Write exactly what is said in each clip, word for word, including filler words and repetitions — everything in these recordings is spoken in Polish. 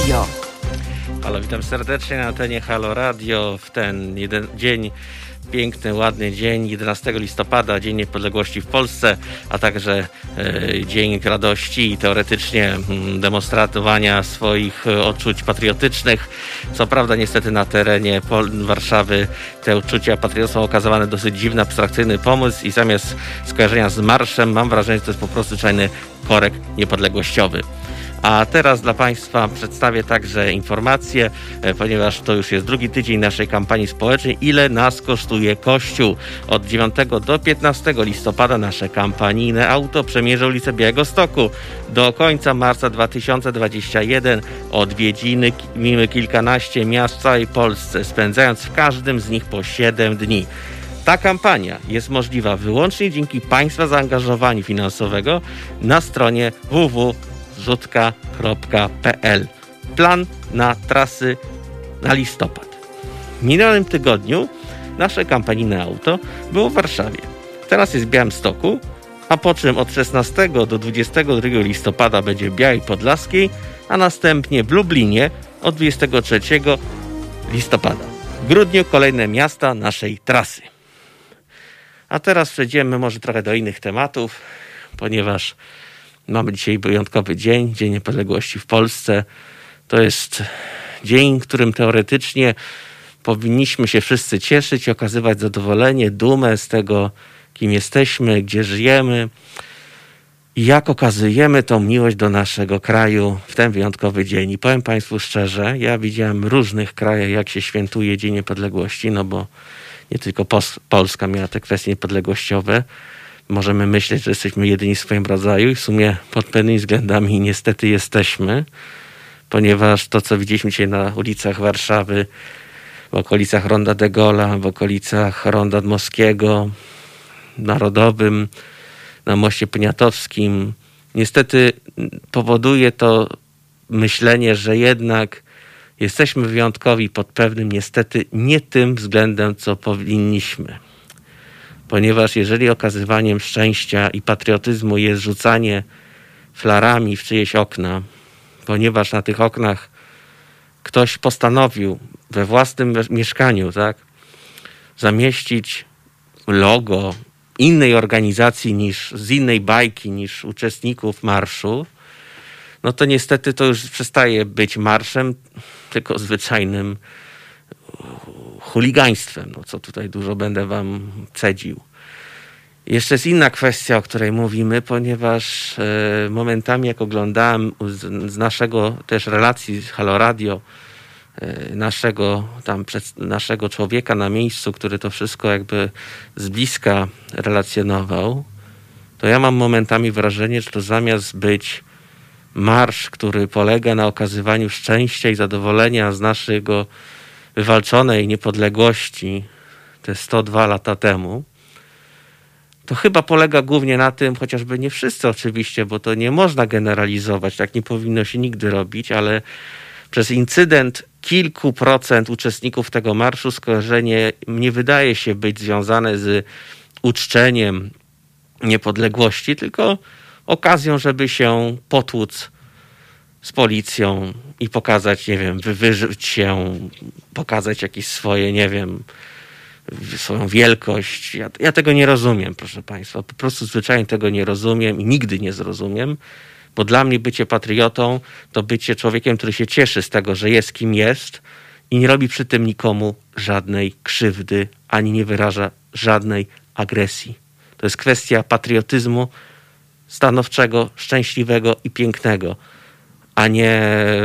Radio. Halo, witam serdecznie na antenie Halo Radio w ten jeden dzień, piękny, ładny dzień, jedenastego listopada, Dzień Niepodległości w Polsce, a także e, Dzień Radości i teoretycznie m, demonstrowania swoich e, odczuć patriotycznych. Co prawda niestety na terenie Pol- Warszawy te uczucia patriotyczne są okazywane dosyć dziwny, abstrakcyjny pomysł i zamiast skojarzenia z marszem mam wrażenie, że to jest po prostu zwyczajny korek niepodległościowy. A teraz dla Państwa przedstawię także informacje, ponieważ to już jest drugi tydzień naszej kampanii społecznej, ile nas kosztuje Kościół. Od dziewiątego do piętnastego listopada nasze kampanijne auto przemierza ulicę Białegostoku. Do końca marca dwa tysiące dwudziestego pierwszego odwiedziny mimy kilkanaście miast w całej Polsce, spędzając w każdym z nich po siedem dni. Ta kampania jest możliwa wyłącznie dzięki Państwa zaangażowaniu finansowego na stronie w w w kropka rzutka kropka p l. Plan na trasy na listopad. W minionym tygodniu nasze kampanijne auto było w Warszawie. Teraz jest w Białymstoku, a po czym od szesnastego do dwudziestego drugiego listopada będzie w Białej Podlaskiej, a następnie w Lublinie od dwudziestego trzeciego listopada. W grudniu kolejne miasta naszej trasy. A teraz przejdziemy może trochę do innych tematów, ponieważ mamy dzisiaj wyjątkowy dzień, Dzień Niepodległości w Polsce. To jest dzień, którym teoretycznie powinniśmy się wszyscy cieszyć i okazywać zadowolenie, dumę z tego, kim jesteśmy, gdzie żyjemy i jak okazujemy tą miłość do naszego kraju w ten wyjątkowy dzień. I powiem Państwu szczerze, ja widziałem w różnych krajach, jak się świętuje Dzień Niepodległości, no bo nie tylko Pos- Polska miała te kwestie niepodległościowe. Możemy myśleć, że jesteśmy jedyni w swoim rodzaju i w sumie pod pewnymi względami niestety jesteśmy, ponieważ to, co widzieliśmy dzisiaj na ulicach Warszawy, w okolicach Ronda de Gaulle'a, w okolicach Ronda Dmowskiego, Narodowym, na Moście Poniatowskim, niestety powoduje to myślenie, że jednak jesteśmy wyjątkowi pod pewnym, niestety nie tym względem, co powinniśmy. Ponieważ jeżeli okazywaniem szczęścia i patriotyzmu jest rzucanie flarami w czyjeś okna, ponieważ na tych oknach ktoś postanowił we własnym mieszkaniu, tak, zamieścić logo innej organizacji niż, z innej bajki niż uczestników marszu, no to niestety to już przestaje być marszem, tylko zwyczajnym chuligaństwem, no co tutaj dużo będę wam cedził. Jeszcze jest inna kwestia, o której mówimy, ponieważ e, momentami jak oglądałem z, z naszego też relacji z Halo Radio, e, naszego tam przed, naszego człowieka na miejscu, który to wszystko jakby z bliska relacjonował, to ja mam momentami wrażenie, że to zamiast być marsz, który polega na okazywaniu szczęścia i zadowolenia z naszego wywalczonej niepodległości te sto dwa lata temu, to chyba polega głównie na tym, chociażby nie wszyscy oczywiście, bo to nie można generalizować, tak nie powinno się nigdy robić, ale przez incydent kilku procent uczestników tego marszu skojarzenie nie wydaje się być związane z uczczeniem niepodległości, tylko okazją, żeby się potłuc z policją i pokazać, nie wiem, wywyżyć się, pokazać jakieś swoje, nie wiem, swoją wielkość. Ja, ja tego nie rozumiem, proszę Państwa. Po prostu zwyczajnie tego nie rozumiem i nigdy nie zrozumiem, bo dla mnie bycie patriotą to bycie człowiekiem, który się cieszy z tego, że jest kim jest i nie robi przy tym nikomu żadnej krzywdy, ani nie wyraża żadnej agresji. To jest kwestia patriotyzmu stanowczego, szczęśliwego i pięknego, a nie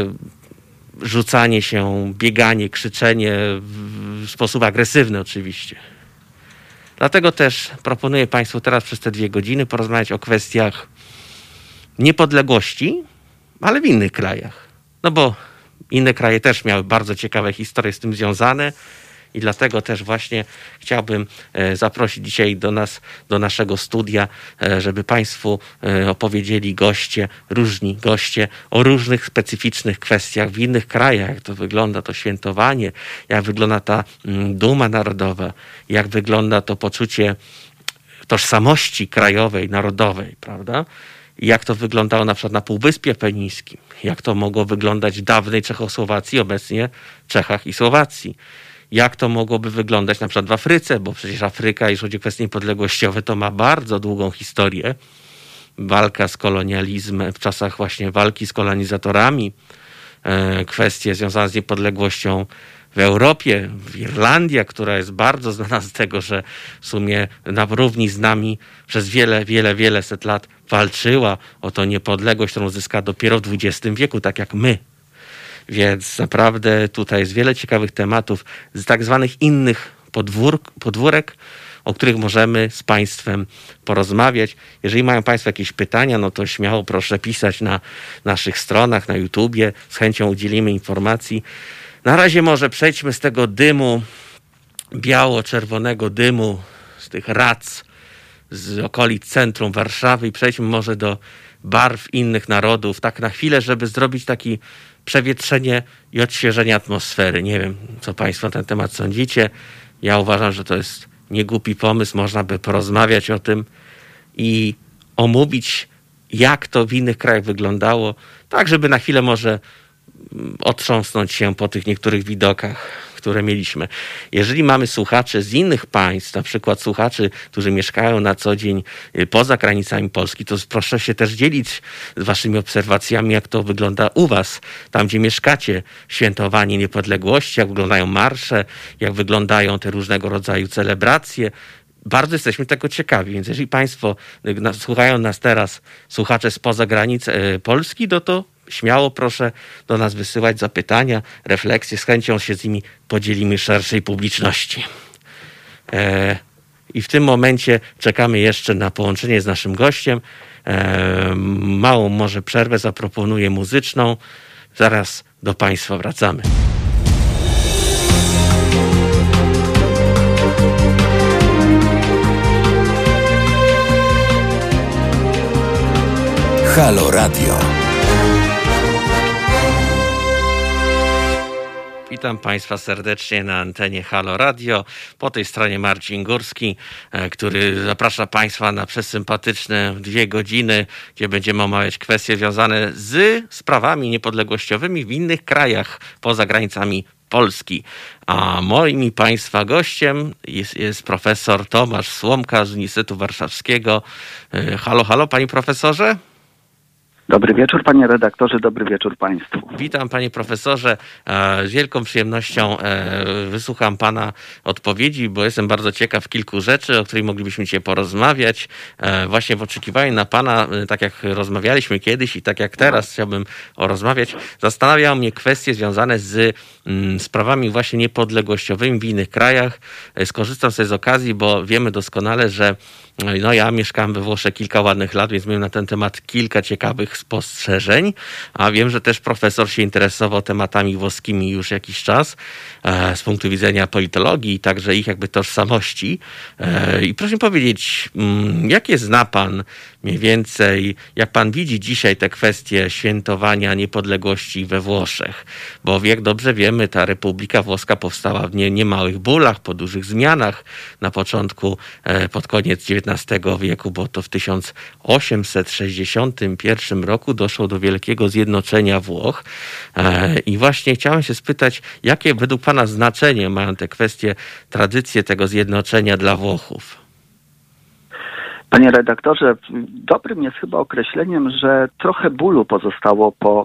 rzucanie się, bieganie, krzyczenie w sposób agresywny oczywiście. Dlatego też proponuję Państwu teraz przez te dwie godziny porozmawiać o kwestiach niepodległości, ale w innych krajach. No bo inne kraje też miały bardzo ciekawe historie z tym związane i dlatego też właśnie chciałbym zaprosić dzisiaj do nas, do naszego studia, żeby Państwu opowiedzieli goście, różni goście o różnych specyficznych kwestiach w innych krajach, jak to wygląda to świętowanie, jak wygląda ta duma narodowa, jak wygląda to poczucie tożsamości krajowej, narodowej, prawda? jak to wyglądało na przykład na Półwyspie Apenińskim, jak to mogło wyglądać w dawnej Czechosłowacji, obecnie Czechach i Słowacji. Jak to mogłoby wyglądać na przykład w Afryce, bo przecież Afryka, jeśli chodzi o kwestie niepodległościowe, to ma bardzo długą historię. Walka z kolonializmem, w czasach właśnie walki z kolonizatorami, kwestie związane z niepodległością w Europie, w Irlandii, która jest bardzo znana z tego, że w sumie na równi z nami przez wiele, wiele, wiele set lat walczyła o tą niepodległość, którą uzyskała dopiero w dwudziestym wieku, tak jak my. Więc naprawdę tutaj jest wiele ciekawych tematów z tak zwanych innych podwór, podwórek, o których możemy z Państwem porozmawiać. Jeżeli mają Państwo jakieś pytania, no to śmiało proszę pisać na naszych stronach, na YouTubie. Z chęcią udzielimy informacji. Na razie może przejdźmy z tego dymu, biało-czerwonego dymu, z tych rac z okolic centrum Warszawy i przejdźmy może do barw innych narodów, tak na chwilę, żeby zrobić taki przewietrzenie i odświeżenie atmosfery. Nie wiem, co Państwo na ten temat sądzicie. Ja uważam, że to jest niegłupi pomysł. Można by porozmawiać o tym i omówić, jak to w innych krajach wyglądało, tak żeby na chwilę może otrząsnąć się po tych niektórych widokach, które mieliśmy. Jeżeli mamy słuchaczy z innych państw, na przykład słuchaczy, którzy mieszkają na co dzień poza granicami Polski, to proszę się też dzielić z waszymi obserwacjami, jak to wygląda u was, tam gdzie mieszkacie, świętowanie niepodległości, jak wyglądają marsze, jak wyglądają te różnego rodzaju celebracje. Bardzo jesteśmy tego ciekawi, więc jeżeli Państwo słuchają nas teraz, słuchacze spoza granic Polski, no to śmiało proszę do nas wysyłać zapytania, refleksje, z chęcią się z nimi podzielimy szerszej publiczności. E, I w tym momencie czekamy jeszcze na połączenie z naszym gościem. E, małą może przerwę zaproponuję muzyczną. Zaraz do Państwa wracamy. Halo Radio. Witam Państwa serdecznie na antenie Halo Radio. Po tej stronie Marcin Górski, który zaprasza Państwa na przesympatyczne dwie godziny, gdzie będziemy omawiać kwestie związane z sprawami niepodległościowymi w innych krajach poza granicami Polski. A moim i Państwa gościem jest, jest profesor Tomasz Słomka z Uniwersytetu Warszawskiego. Halo, halo, Panie Profesorze. Dobry wieczór, panie redaktorze, dobry wieczór państwu. Witam, panie profesorze. Z wielką przyjemnością wysłucham pana odpowiedzi, bo jestem bardzo ciekaw kilku rzeczy, o których moglibyśmy dzisiaj porozmawiać. Właśnie w oczekiwaniu na pana, tak jak rozmawialiśmy kiedyś i tak jak teraz chciałbym rozmawiać, zastanawiają mnie kwestie związane z sprawami właśnie niepodległościowymi w innych krajach. Skorzystam sobie z okazji, bo wiemy doskonale, że no ja mieszkałem we Włoszech kilka ładnych lat, więc miałem na ten temat kilka ciekawych spostrzeżeń, a wiem, że też profesor się interesował tematami włoskimi już jakiś czas e, z punktu widzenia politologii i także ich jakby tożsamości. E, I proszę mi powiedzieć, m, jakie zna pan mniej więcej, jak pan widzi dzisiaj te kwestie świętowania niepodległości we Włoszech? Bo jak dobrze wiemy, ta Republika Włoska powstała w nie, niemałych bólach, po dużych zmianach na początku, e, pod koniec dziewiętnastego wieku, bo to w tysiąc osiemset sześćdziesiątym pierwszym roku doszło do wielkiego zjednoczenia Włoch. E, I właśnie chciałem się spytać, jakie według pana znaczenie mają te kwestie, tradycje tego zjednoczenia dla Włochów? Panie redaktorze, dobrym jest chyba określeniem, że trochę bólu pozostało po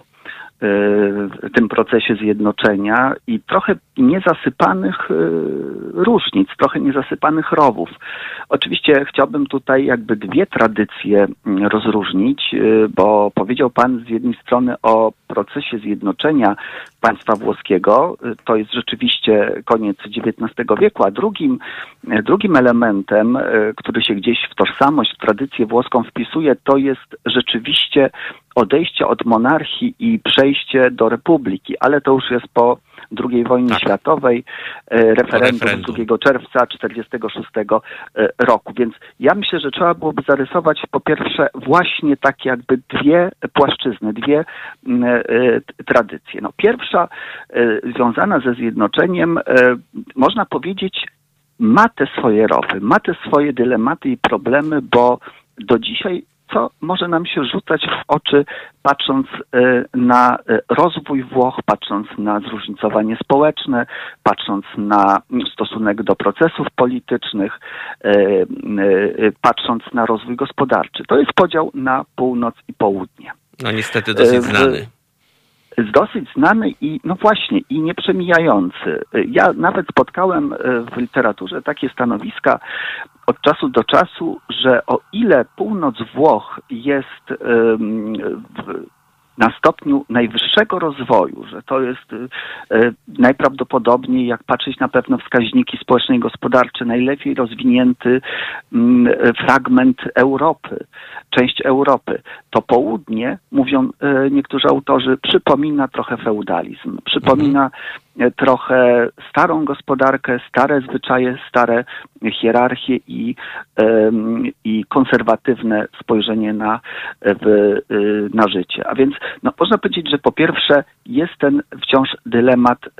y, tym procesie zjednoczenia i trochę niezasypanych y, różnic, trochę niezasypanych rowów. Oczywiście chciałbym tutaj jakby dwie tradycje rozróżnić, y, bo powiedział pan z jednej strony o procesie zjednoczenia państwa włoskiego. To jest rzeczywiście koniec dziewiętnastego wieku, a drugim, drugim elementem, który się gdzieś w tożsamość, w tradycję włoską wpisuje, to jest rzeczywiście odejście od monarchii i przejście do republiki, ale to już jest po drugiej wojnie tak. światowej, referendum, referendum drugiego czerwca tysiąc dziewięćset czterdziestego szóstego roku. Więc ja myślę, że trzeba byłoby zarysować po pierwsze właśnie takie jakby dwie płaszczyzny, dwie tradycje. No, pierwsza związana ze zjednoczeniem, można powiedzieć, ma te swoje rowy, ma te swoje dylematy i problemy, bo do dzisiaj co może nam się rzucać w oczy, patrząc na rozwój Włoch, patrząc na zróżnicowanie społeczne, patrząc na stosunek do procesów politycznych, patrząc na rozwój gospodarczy. To jest podział na północ i południe. No niestety dosyć znany. Dosyć znany i no właśnie, i nieprzemijający. Ja nawet spotkałem w literaturze takie stanowiska od czasu do czasu, że o ile północ Włoch jest w na stopniu najwyższego rozwoju, że to jest y, y, najprawdopodobniej, jak patrzeć na pewne wskaźniki społeczne i gospodarcze, najlepiej rozwinięty y, fragment Europy, część Europy. To południe, mówią y, niektórzy autorzy, przypomina trochę feudalizm, przypomina mhm. trochę starą gospodarkę, stare zwyczaje, stare hierarchie i, y, i konserwatywne spojrzenie na, w, y, na życie. A więc no, można powiedzieć, że po pierwsze jest ten wciąż dylemat y,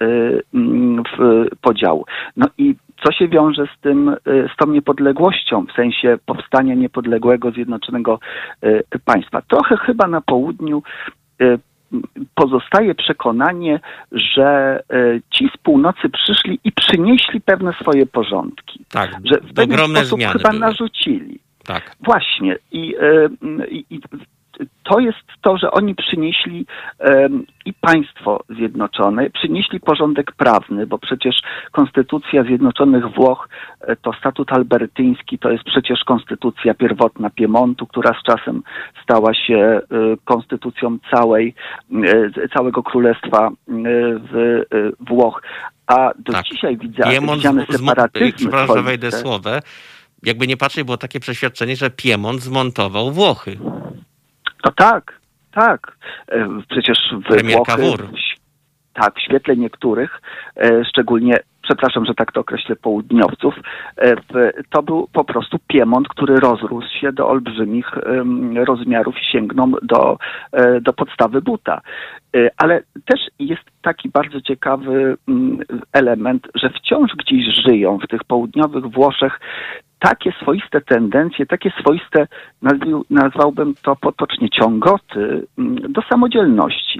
w podziału. No i co się wiąże z tym, z tą niepodległością, w sensie powstania niepodległego, zjednoczonego y, państwa? Trochę chyba na południu y, pozostaje przekonanie, że y, ci z północy przyszli i przynieśli pewne swoje porządki. Tak, że w pewien ogromne sposób zmiany chyba były. narzucili. Tak. Właśnie. I, y, y, y, to jest to, że oni przynieśli um, i państwo zjednoczone, przynieśli porządek prawny, bo przecież konstytucja Zjednoczonych Włoch to statut albertyński, to jest przecież konstytucja pierwotna Piemontu, która z czasem stała się y, konstytucją całej, y, całego królestwa y, w, y, Włoch. A do tak. dzisiaj widzę widziane separatyzmy. Przepraszam, wejdę słowę. Jakby nie patrzeć, było takie przeświadczenie, że Piemont zmontował Włochy. No tak, tak. Przecież w Włochy, tak, w świetle niektórych, szczególnie, przepraszam, że tak to określę, południowców, to był po prostu Piemont, który rozrósł się do olbrzymich rozmiarów i sięgnął do, do podstawy buta. Ale też jest taki bardzo ciekawy element, że wciąż gdzieś żyją w tych południowych Włoszech takie swoiste tendencje, takie swoiste, nazwałbym to potocznie, ciągoty do samodzielności.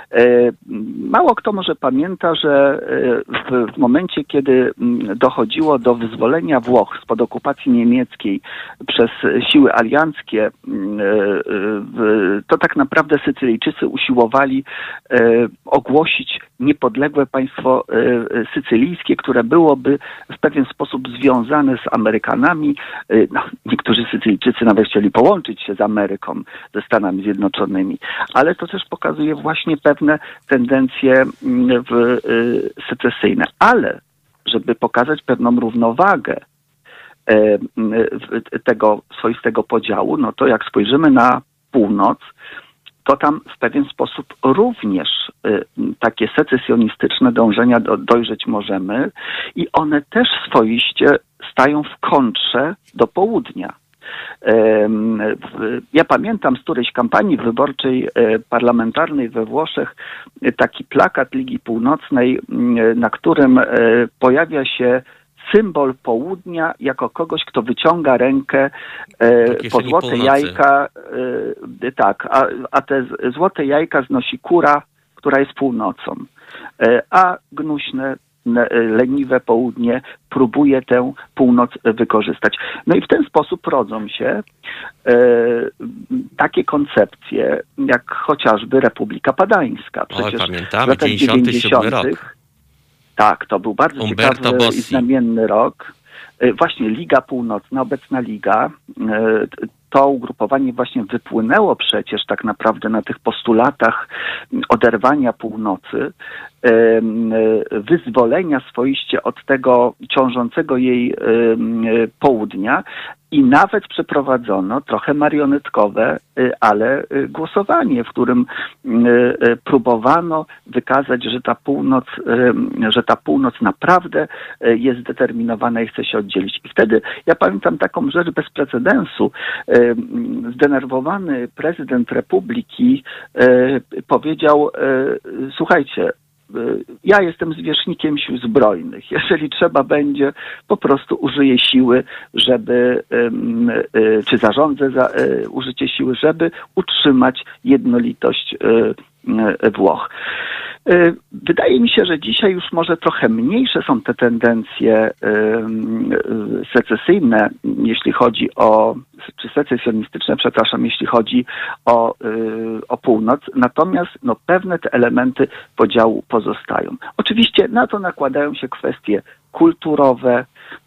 Mało kto może pamięta, że w, w momencie, kiedy dochodziło do wyzwolenia Włoch spod okupacji niemieckiej przez siły alianckie, to tak naprawdę Sycylijczycy usiłowali ogłosić niepodległe państwo sycylijskie, które byłoby w pewien sposób związane z Amerykanami. No, niektórzy Sycylijczycy nawet chcieli połączyć się z Ameryką, ze Stanami Zjednoczonymi, ale to też pokazuje właśnie pewne tendencje w, y, secesyjne. Ale żeby pokazać pewną równowagę y, y, tego swoistego podziału, no to jak spojrzymy na północ, to tam w pewien sposób również y, takie secesjonistyczne dążenia do, dojrzeć możemy i one też swoiście stają w kontrze do południa. Ja pamiętam z którejś kampanii wyborczej parlamentarnej we Włoszech taki plakat Ligi Północnej, na którym pojawia się symbol południa jako kogoś, kto wyciąga rękę po złote północy. jajka, tak, a, a te złote jajka znosi kura, która jest północą, a gnuśne leniwe południe próbuje tę północ wykorzystać. No i w ten sposób rodzą się e, takie koncepcje, jak chociażby Republika Padańska. Przecież Oj, pamiętamy, dziewięćdziesiąty siódmy rok. Tak, to był bardzo Umberto ciekawy Bossi. i znamienny rok. E, właśnie Liga Północna, obecna Liga, e, to ugrupowanie właśnie wypłynęło przecież tak naprawdę na tych postulatach oderwania północy, wyzwolenia swoiście od tego ciążącego jej południa i nawet przeprowadzono trochę marionetkowe, ale głosowanie, w którym próbowano wykazać, że ta północ, że ta północ naprawdę jest zdeterminowana i chce się oddzielić. I wtedy ja pamiętam taką rzecz bez precedensu. Zdenerwowany prezydent Republiki powiedział: słuchajcie, ja jestem zwierzchnikiem sił zbrojnych. Jeżeli trzeba będzie, po prostu użyję siły, żeby, czy zarządzę za użycie siły, żeby utrzymać jednolitość Włoch. Wydaje mi się, że dzisiaj już może trochę mniejsze są te tendencje secesyjne, jeśli chodzi o, czy secesjonistyczne, przepraszam, jeśli chodzi o, o północ. Natomiast no, pewne te elementy podziału pozostają. Oczywiście na to nakładają się kwestie kulturowe,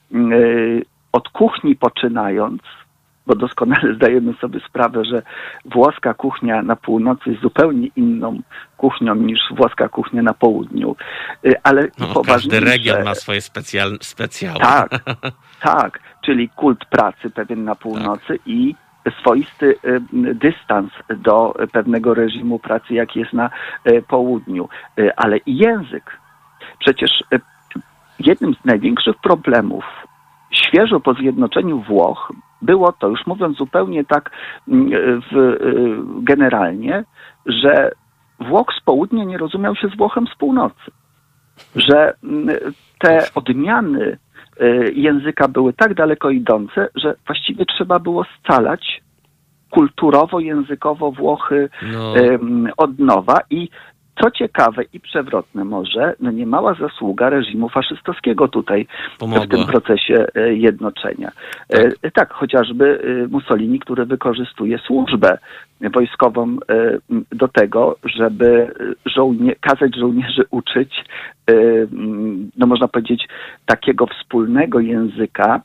od kuchni poczynając, bo doskonale zdajemy sobie sprawę, że włoska kuchnia na północy jest zupełnie inną kuchnią niż włoska kuchnia na południu. Ale no, każdy region ma swoje specjal... specjały. Tak, tak, czyli kult pracy pewien na północy tak. I swoisty dystans do pewnego reżimu pracy, jaki jest na południu. Ale i język. Przecież jednym z największych problemów świeżo po zjednoczeniu Włoch było to, już mówiąc zupełnie tak w, generalnie, że Włoch z południa nie rozumiał się z Włochem z północy. Że te odmiany języka były tak daleko idące, że właściwie trzeba było scalać kulturowo, językowo Włochy no. od nowa. I co ciekawe i przewrotne może, no niemała zasługa reżimu faszystowskiego tutaj Pomogła. w tym procesie jednoczenia. Tak. tak, chociażby Mussolini, który wykorzystuje służbę wojskową do tego, żeby żołnie- kazać żołnierzy uczyć, no można powiedzieć, takiego wspólnego języka.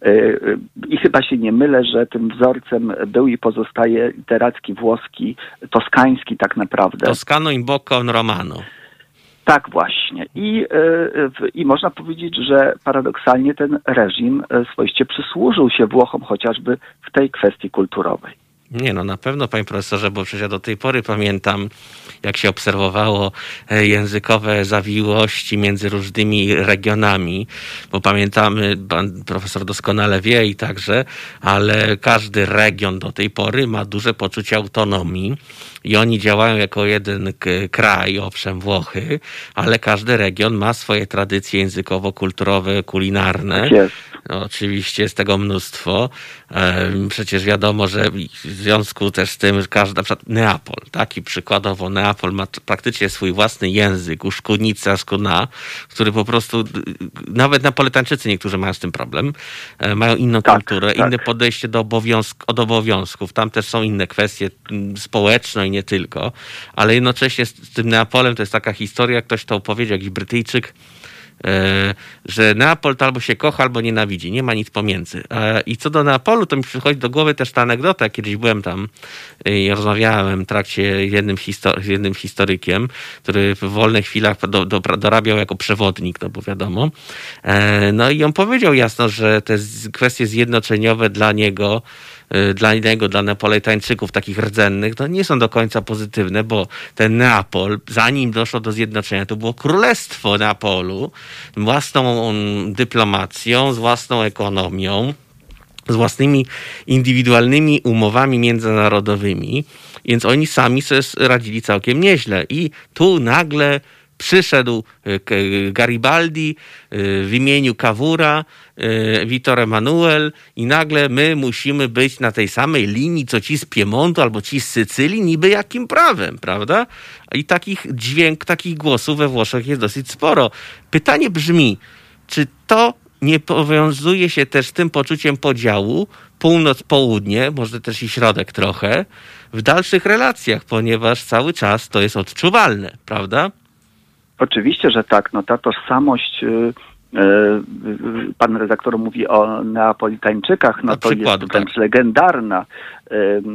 I chyba się nie mylę, że tym wzorcem był i pozostaje literacki włoski, toskański tak naprawdę. Toscano in bocca un romano. Tak właśnie. I, I można powiedzieć, że paradoksalnie ten reżim swoiście przysłużył się Włochom chociażby w tej kwestii kulturowej. Nie no, na pewno, panie profesorze, bo przecież ja do tej pory pamiętam, jak się obserwowało językowe zawiłości między różnymi regionami, bo pamiętamy, pan profesor doskonale wie i także, ale każdy region do tej pory ma duże poczucie autonomii i oni działają jako jeden k- kraj, owszem Włochy, ale każdy region ma swoje tradycje językowo-kulturowe, kulinarne. Tak jest. No, oczywiście jest tego mnóstwo. Przecież wiadomo, że w związku też z tym, że każdy, na przykład Neapol, taki przykładowo Neapol ma praktycznie swój własny język, uszkunica, skuna, który po prostu, nawet Napolitańczycy niektórzy mają z tym problem, mają inną tak, kulturę, tak. inne podejście do obowiązk, od obowiązków. Tam też są inne kwestie społeczne i nie tylko, ale jednocześnie z, z tym Neapolem to jest taka historia, ktoś to opowiedział, jakiś Brytyjczyk, że Neapol to albo się kocha, albo nienawidzi. Nie ma nic pomiędzy. I co do Neapolu, to mi przychodzi do głowy też ta anegdota. Kiedyś byłem tam i rozmawiałem w trakcie jednym histor- z jednym historykiem, który w wolnych chwilach do, do, dorabiał jako przewodnik, no bo wiadomo. No i on powiedział jasno, że te kwestie zjednoczeniowe dla niego dla niego, dla Napolitańczyków takich rdzennych, to nie są do końca pozytywne, bo ten Neapol, zanim doszło do zjednoczenia, to było królestwo Neapolu, własną dyplomacją, z własną ekonomią, z własnymi indywidualnymi umowami międzynarodowymi, więc oni sami sobie radzili całkiem nieźle. I tu nagle przyszedł Garibaldi w imieniu Cavoura, Vittor Emanuel i nagle my musimy być na tej samej linii, co ci z Piemontu albo ci z Sycylii, niby jakim prawem, prawda? I takich dźwięk, takich głosów we Włoszech jest dosyć sporo. Pytanie brzmi, czy to nie powiązuje się też z tym poczuciem podziału, północ-południe, może też i środek trochę, w dalszych relacjach, ponieważ cały czas to jest odczuwalne, prawda? Oczywiście, że tak. No ta tożsamość, yy, yy, pan redaktor mówi o Neapolitańczykach, no Na to przykład, jest wręcz tak. legendarna yy,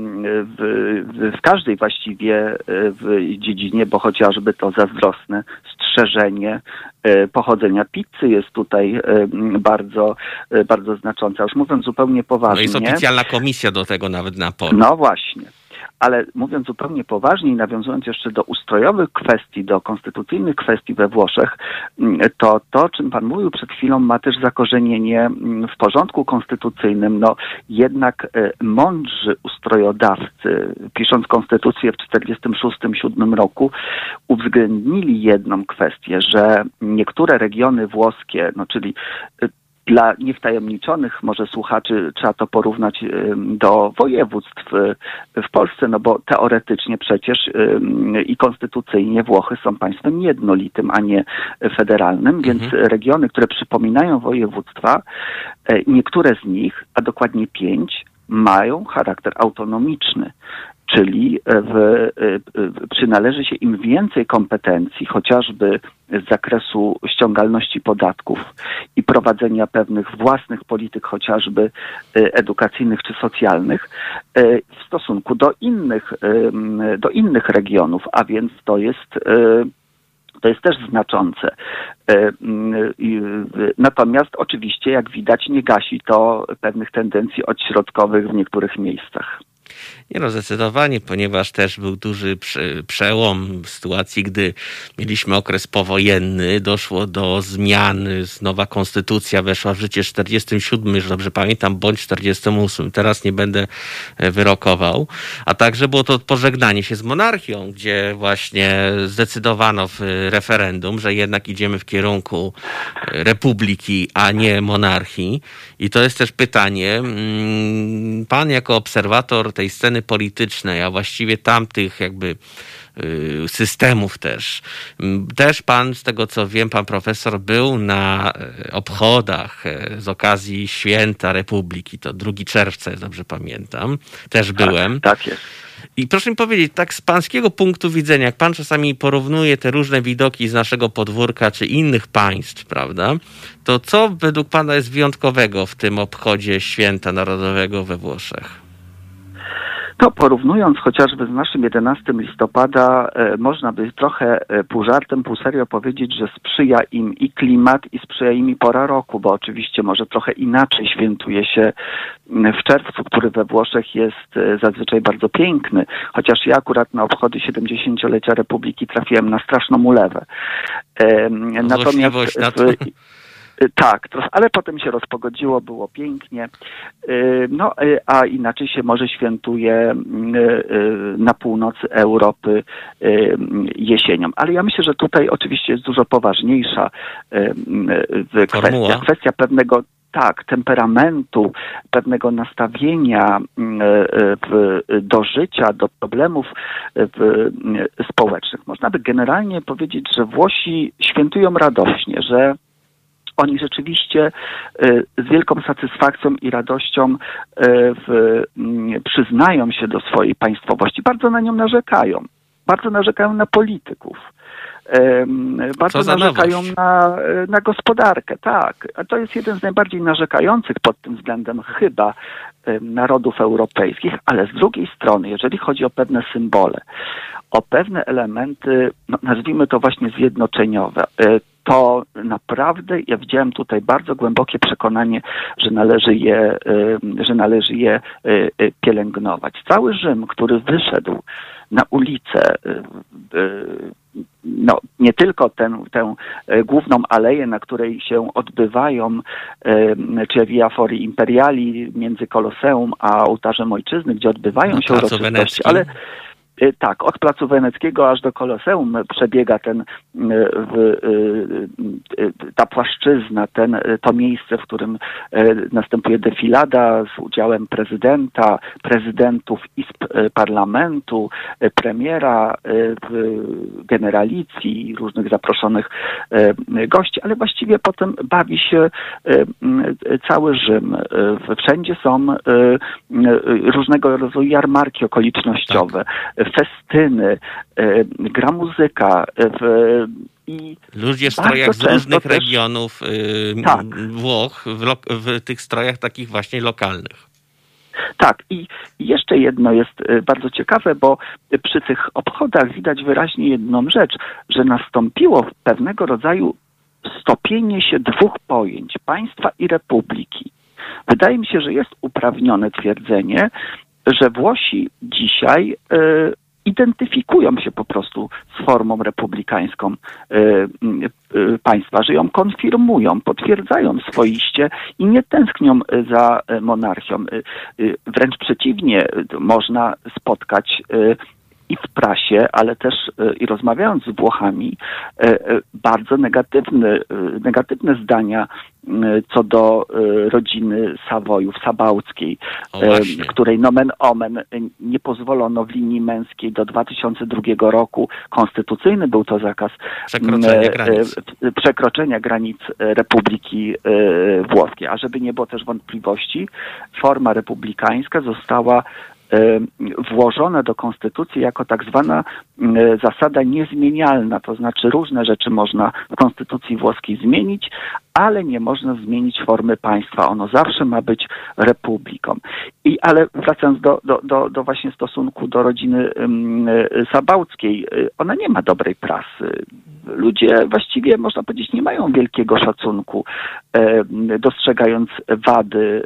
w, w każdej właściwie w dziedzinie, bo chociażby to zazdrosne strzeżenie yy, pochodzenia pizzy jest tutaj yy, bardzo, yy, bardzo znaczące. Już mówiąc zupełnie poważnie. No jest oficjalna komisja do tego nawet na polu. No właśnie. Ale mówiąc zupełnie poważnie i nawiązując jeszcze do ustrojowych kwestii, do konstytucyjnych kwestii we Włoszech, to to, o czym pan mówił przed chwilą, ma też zakorzenienie w porządku konstytucyjnym. No jednak mądrzy ustrojodawcy, pisząc konstytucję w czterdziestym szóstym siódmym roku, uwzględnili jedną kwestię, że niektóre regiony włoskie, no czyli dla niewtajemniczonych może słuchaczy trzeba to porównać do województw w Polsce, no bo teoretycznie przecież i konstytucyjnie Włochy są państwem jednolitym, a nie federalnym, więc mhm. regiony, które przypominają województwa, niektóre z nich, a dokładnie pięć, mają charakter autonomiczny. Czyli w, w, przynależy się im więcej kompetencji, chociażby z zakresu ściągalności podatków i prowadzenia pewnych własnych polityk, chociażby edukacyjnych czy socjalnych, w stosunku do innych, do innych regionów, a więc to jest To jest też znaczące. Natomiast oczywiście, jak widać, nie gasi to pewnych tendencji odśrodkowych w niektórych miejscach. Nie no, zdecydowanie, ponieważ też był duży przełom w sytuacji, gdy mieliśmy okres powojenny, doszło do zmian, nowa konstytucja weszła w życie w czterdziestym siódmym, już dobrze pamiętam, bądź czterdziestym ósmym, teraz nie będę wyrokował, a także było to pożegnanie się z monarchią, gdzie właśnie zdecydowano w referendum, że jednak idziemy w kierunku republiki, a nie monarchii. I to jest też pytanie, pan jako obserwator tej sceny politycznej, a właściwie tamtych jakby systemów też. Też pan, z tego co wiem, pan profesor był na obchodach z okazji Święta Republiki, to drugiego czerwca, dobrze pamiętam. Też byłem. Tak, tak jest. I proszę mi powiedzieć, tak z pańskiego punktu widzenia, jak pan czasami porównuje te różne widoki z naszego podwórka czy innych państw, prawda, to co według pana jest wyjątkowego w tym obchodzie Święta Narodowego we Włoszech? To porównując chociażby z naszym jedenastego listopada, e, można by trochę e, pół żartem, pół serio powiedzieć, że sprzyja im i klimat, i sprzyja im i pora roku, bo oczywiście może trochę inaczej świętuje się w czerwcu, który we Włoszech jest e, zazwyczaj bardzo piękny, chociaż ja akurat na obchody siedemdziesięciolecia Republiki trafiłem na straszną ulewę. E, natomiast na to. W, Tak, ale potem się rozpogodziło, było pięknie. No, a inaczej się może świętuje na północy Europy jesienią. Ale ja myślę, że tutaj oczywiście jest dużo poważniejsza kwestia, kwestia pewnego tak, temperamentu, pewnego nastawienia w, do życia, do problemów w, społecznych. Można by generalnie powiedzieć, że Włosi świętują radośnie, że oni rzeczywiście z wielką satysfakcją i radością w, przyznają się do swojej państwowości. Bardzo na nią narzekają. Bardzo narzekają na polityków. Bardzo narzekają na, na gospodarkę, tak. A to jest jeden z najbardziej narzekających pod tym względem chyba narodów europejskich, ale z drugiej strony, jeżeli chodzi o pewne symbole, o pewne elementy, no, nazwijmy to właśnie zjednoczeniowe, to naprawdę ja widziałem tutaj bardzo głębokie przekonanie, że należy je, że należy je pielęgnować. Cały Rzym, który wyszedł na ulicę, no nie tylko tę, tę główną aleję, na której się odbywają, czy Via Fori Imperiali między Koloseum a ołtarzem Ojczyzny, gdzie odbywają się uroczystości, ale tak, od Placu Weneckiego aż do Koloseum przebiega ten, w, ta płaszczyzna, ten, to miejsce, w którym następuje defilada z udziałem prezydenta, prezydentów izb parlamentu, premiera, generalicji, różnych zaproszonych gości, ale właściwie potem bawi się cały Rzym. Wszędzie są różnego rodzaju jarmarki okolicznościowe. Tak. Festyny, gra muzyka i ludzie w strojach z różnych też regionów tak. Włoch, w, lo, w tych strojach takich właśnie lokalnych. Tak, i jeszcze jedno jest bardzo ciekawe, bo przy tych obchodach widać wyraźnie jedną rzecz, że nastąpiło pewnego rodzaju stopienie się dwóch pojęć, państwa i republiki. Wydaje mi się, że jest uprawnione twierdzenie, że Włosi dzisiaj identyfikują się po prostu z formą republikańską państwa, że ją konfirmują, potwierdzają swoiście i nie tęsknią za monarchią. Wręcz przeciwnie, można spotkać i w prasie, ale też i rozmawiając z Włochami, bardzo negatywne, negatywne zdania co do rodziny Sawojów, Sabałckiej, której nomen omen nie pozwolono w linii męskiej do dwa tysiące drugiego roku. Konstytucyjny był to zakaz przekroczenia granic, przekroczenia granic Republiki Włoskiej. A żeby nie było też wątpliwości, forma republikańska została włożone do konstytucji jako tak zwana zasada niezmienialna, to znaczy różne rzeczy można w konstytucji włoskiej zmienić, ale nie można zmienić formy państwa. Ono zawsze ma być republiką. I, ale wracając do, do, do, do właśnie stosunku do rodziny um, Sabałckiej, ona nie ma dobrej prasy. Ludzie właściwie, można powiedzieć, nie mają wielkiego szacunku, e, dostrzegając wady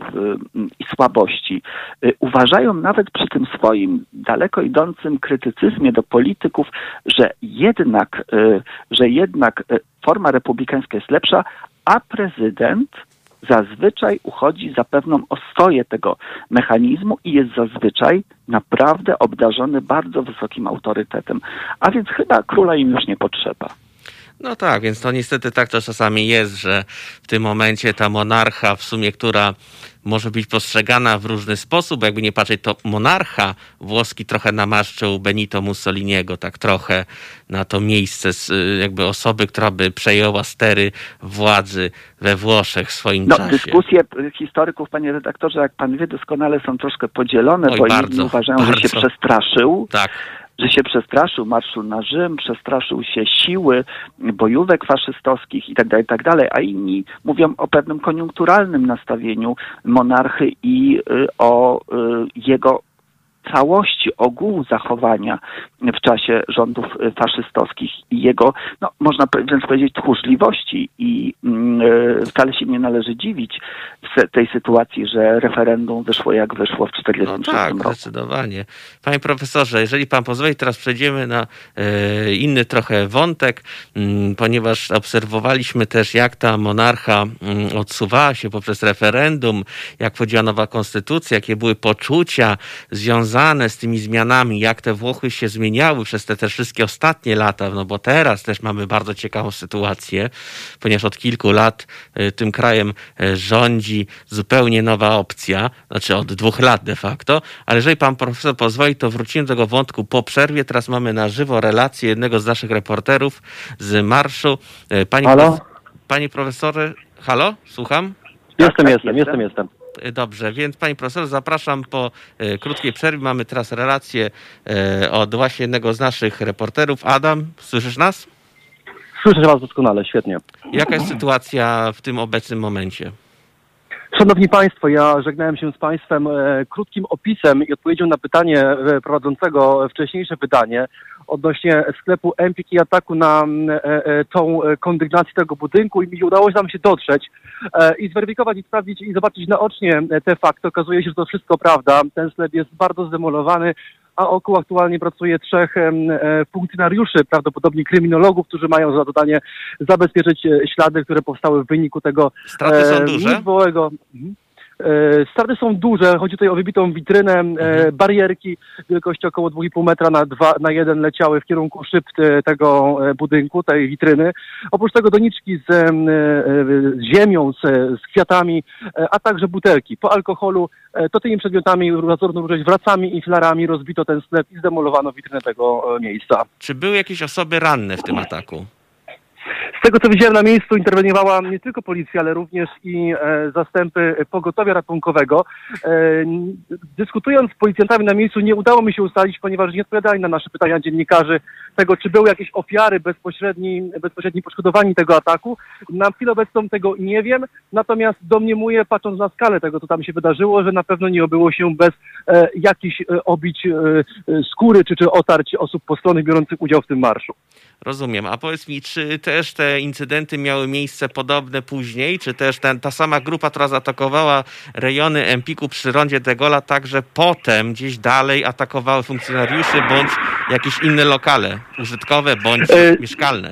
e, i słabości. E, uważają nawet przy tym swoim daleko idącym krytycyzmie do polityków, że jednak, e, że jednak forma republikańska jest lepsza, a prezydent zazwyczaj uchodzi za pewną ostoję tego mechanizmu i jest zazwyczaj naprawdę obdarzony bardzo wysokim autorytetem. A więc chyba króla im już nie potrzeba. No tak, więc to niestety tak to czasami jest, że w tym momencie ta monarcha w sumie, która może być postrzegana w różny sposób, jakby nie patrzeć, to monarcha włoski trochę namaszczył Benito Mussoliniego, tak trochę na to miejsce jakby osoby, która by przejęła stery władzy we Włoszech w swoim no, czasie. Dyskusje historyków, panie redaktorze, jak pan wie doskonale, są troszkę podzielone, Oj, bo bardzo, inni uważają, bardzo. że się przestraszył. Tak. że się przestraszył marszu na Rzym, przestraszył się siły bojówek faszystowskich itd., itd., a inni mówią o pewnym koniunkturalnym nastawieniu monarchy i y, o y, jego całości ogółu zachowania w czasie rządów faszystowskich i jego, no można wręcz powiedzieć, tchórzliwości i yy, wcale się nie należy dziwić w tej sytuacji, że referendum wyszło jak wyszło w tysiąc dziewięćset czterdziestym szóstym no tak, roku. Zdecydowanie. Panie profesorze, jeżeli pan pozwoli, teraz przejdziemy na e, inny trochę wątek, m, ponieważ obserwowaliśmy też, jak ta monarcha m, odsuwała się poprzez referendum, jak wchodziła nowa konstytucja, jakie były poczucia związane z tymi zmianami, jak te Włochy się zmieniały przez te też wszystkie ostatnie lata, no bo teraz też mamy bardzo ciekawą sytuację, ponieważ od kilku lat y, tym krajem y, rządzi zupełnie nowa opcja, znaczy od dwóch lat de facto, ale jeżeli pan profesor pozwoli, to wrócimy do tego wątku po przerwie. Teraz mamy na żywo relację jednego z naszych reporterów z marszu. Y, Panie, halo? prof... Panie profesorze, halo? Słucham? Jestem, tak, jestem, jestem, jestem. Dobrze, więc pani profesor, zapraszam po e, krótkiej przerwie. Mamy teraz relację e, od właśnie jednego z naszych reporterów. Adam, słyszysz nas? Słyszę was doskonale, świetnie. Jaka jest sytuacja w tym obecnym momencie? Szanowni Państwo, ja żegnałem się z Państwem e, krótkim opisem i odpowiedzią na pytanie e, prowadzącego wcześniejsze pytanie odnośnie sklepu Empik i ataku na e, e, tą kondygnację tego budynku i mi udało się tam się dotrzeć e, i zweryfikować i sprawdzić i zobaczyć naocznie te fakty. Okazuje się, że to wszystko prawda. Ten sklep jest bardzo zdemolowany, a wokół aktualnie pracuje trzech e, funkcjonariuszy, prawdopodobnie kryminologów, którzy mają za zadanie zabezpieczyć ślady, które powstały w wyniku tego Straty są duże? niezwołego... Straty są duże, chodzi tutaj o wybitą witrynę, mhm. barierki wielkości około dwa i pół metra na dwa na jeden leciały w kierunku szyb tego budynku, tej witryny. Oprócz tego doniczki z, z ziemią, z, z kwiatami, a także butelki. Po alkoholu to tymi przedmiotami, razorną różeć wracami i flarami rozbito ten sklep i zdemolowano witrynę tego miejsca. Czy były jakieś osoby ranne w tym ataku? Z tego, co widziałem na miejscu, interweniowała nie tylko policja, ale również i e, zastępy pogotowia ratunkowego. E, dyskutując z policjantami na miejscu, nie udało mi się ustalić, ponieważ nie odpowiadali na nasze pytania dziennikarzy tego, czy były jakieś ofiary bezpośredni, bezpośredni poszkodowani tego ataku. Na chwilę obecną tego nie wiem, natomiast domniemuję, patrząc na skalę tego, co tam się wydarzyło, że na pewno nie obyło się bez e, jakichś e, obić e, skóry czy, czy otarć osób postronnych biorących udział w tym marszu. Rozumiem. A powiedz mi, czy też te te incydenty miały miejsce podobne później? Czy też ten, ta sama grupa, która zaatakowała rejony Empiku przy rondzie de Gaulle'a, także potem gdzieś dalej atakowały funkcjonariuszy bądź jakieś inne lokale użytkowe bądź e... mieszkalne?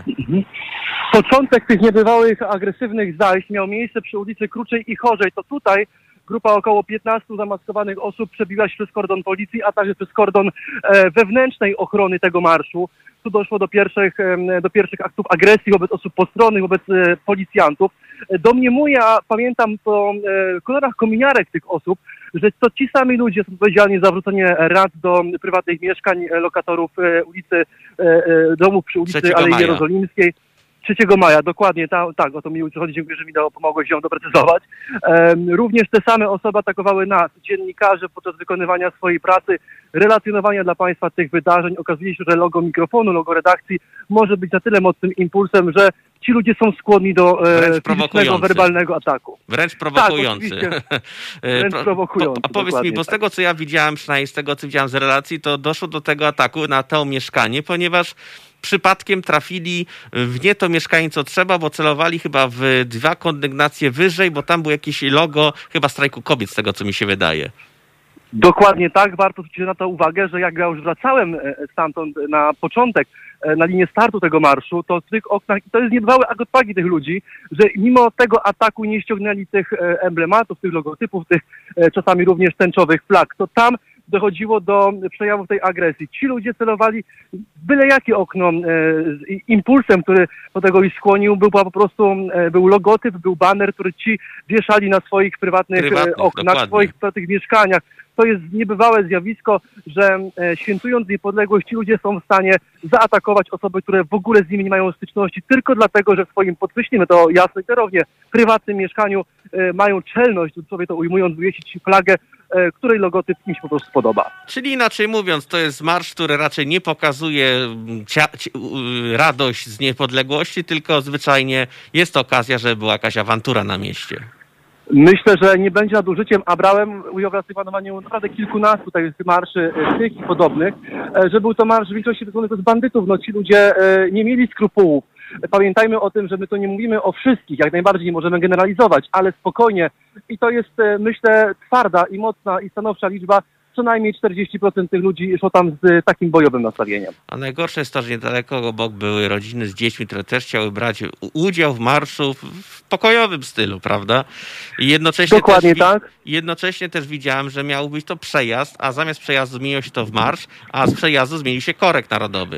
Początek tych niebywałych, agresywnych zajść miał miejsce przy ulicy Kruczej i Chorzej. To tutaj grupa około piętnastu zamaskowanych osób przebiła się przez kordon policji, a także przez kordon e, wewnętrznej ochrony tego marszu. Tu doszło do pierwszych, e, do pierwszych aktów agresji wobec osób postronnych, wobec e, policjantów. E, domniemuję, a pamiętam po e, kolorach kominiarek tych osób, że to ci sami ludzie są odpowiedzialni za wrzucenie rat do prywatnych mieszkań e, lokatorów e, ulicy, e, e, domów przy ulicy Alei Jerozolimskiej. trzeciego maja, dokładnie, ta, tak, o to mi chodzi, dziękuję, że mi dało, pomogłeś ją doprecyzować. Um, również te same osoby atakowały nas, dziennikarzy, podczas wykonywania swojej pracy, relacjonowania dla Państwa tych wydarzeń. Okazuje się, że logo mikrofonu, logo redakcji może być na tyle mocnym impulsem, że ci ludzie są skłonni do e, fizycznego, werbalnego ataku. Wręcz prowokujący. Tak, wręcz prowokujący. A powiedz mi, bo z tego, co ja widziałem, przynajmniej z tego, co widziałem z relacji, to doszło do tego ataku na to mieszkanie, ponieważ przypadkiem trafili w nie to mieszkanie, co trzeba, bo celowali chyba w dwa kondygnacje wyżej, bo tam było jakieś logo chyba strajku kobiet, z tego, co mi się wydaje. Dokładnie tak. Warto zwrócić na to uwagę, że jak ja już wracałem stamtąd na początek, na linię startu tego marszu, to w tych oknach, i to jest niebywałe odwagi tych ludzi, że mimo tego ataku nie ściągnęli tych emblematów, tych logotypów, tych czasami również tęczowych flag, to tam dochodziło do przejawów tej agresji. Ci ludzie celowali byle jakie okno. Impulsem, który do tego ich skłonił, był po prostu był logotyp, był baner, który ci wieszali na swoich prywatnych, prywatnych oknach, dokładnie. W swoich prywatnych mieszkaniach. To jest niebywałe zjawisko, że świętując niepodległość, ci ludzie są w stanie zaatakować osoby, które w ogóle z nimi nie mają styczności, tylko dlatego, że w swoim, podkreślimy to jasno i klarownie, prywatnym mieszkaniu mają czelność, sobie to ujmując, wywiesić flagę, której logotyp im się po prostu podoba. Czyli inaczej mówiąc, to jest marsz, który raczej nie pokazuje cia- cia- radość z niepodległości, tylko zwyczajnie jest to okazja, żeby była jakaś awantura na mieście. Myślę, że nie będzie nadużyciem, a brałem udział w planowaniu naprawdę kilkunastu takich marszy tych i podobnych, że był to marsz w większości wykonany przez bandytów. No ci ludzie nie mieli skrupułów. Pamiętajmy o tym, że my tu nie mówimy o wszystkich, jak najbardziej nie możemy generalizować, ale spokojnie. I to jest, myślę, twarda i mocna i stanowcza liczba. Co najmniej czterdzieści procent tych ludzi szło tam z takim bojowym nastawieniem. A najgorsze jest to, że niedaleko obok były rodziny z dziećmi, które też chciały brać udział w marszu w pokojowym stylu, prawda? I jednocześnie Dokładnie też, tak. Jednocześnie też widziałem, że miał być to przejazd, a zamiast przejazdu zmieniło się to w marsz, a z przejazdu zmienił się korek narodowy.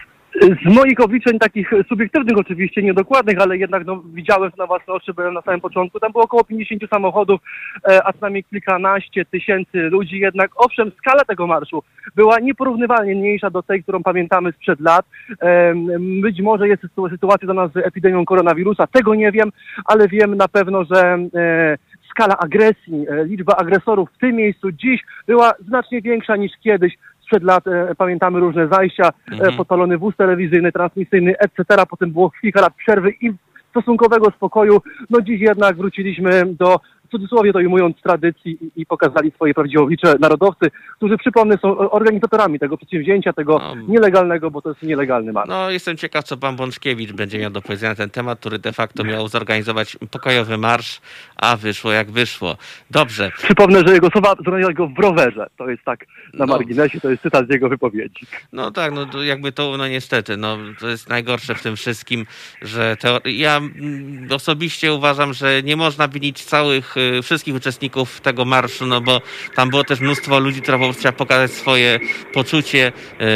Z moich obliczeń, takich subiektywnych oczywiście, niedokładnych, ale jednak no, widziałem to na własne oczy, byłem na samym początku. Tam było około pięćdziesięciu samochodów, a co najmniej kilkanaście tysięcy ludzi. Jednak owszem, skala tego marszu była nieporównywalnie mniejsza do tej, którą pamiętamy sprzed lat. Być może jest sytuacja dla nas z epidemią koronawirusa, tego nie wiem, ale wiem na pewno, że skala agresji, liczba agresorów w tym miejscu dziś była znacznie większa niż kiedyś. Sprzed lat e, pamiętamy różne zajścia, mhm. e, podpalony wóz telewizyjny, transmisyjny, et cetera. Potem było kilka lat przerwy i stosunkowego spokoju. No dziś jednak wróciliśmy do, w cudzysłowie to ujmując, tradycji i, i pokazali swoje prawdziwe oblicze narodowcy, którzy, przypomnę, są organizatorami tego przedsięwzięcia, tego no, nielegalnego, bo to jest nielegalny marsz. No jestem ciekaw, co pan Bączkiewicz będzie miał do powiedzenia na ten temat, który de facto miał zorganizować pokojowy marsz, a wyszło jak wyszło. Dobrze. Przypomnę, że jego słowa zorganizował go w rowerze. To jest tak na no. marginesie, to jest cytat z jego wypowiedzi. No tak, no to jakby to, no niestety, no to jest najgorsze w tym wszystkim, że to, ja osobiście uważam, że nie można winić całych, wszystkich uczestników tego marszu, no bo tam było też mnóstwo ludzi, które po prostu chciała pokazać swoje poczucie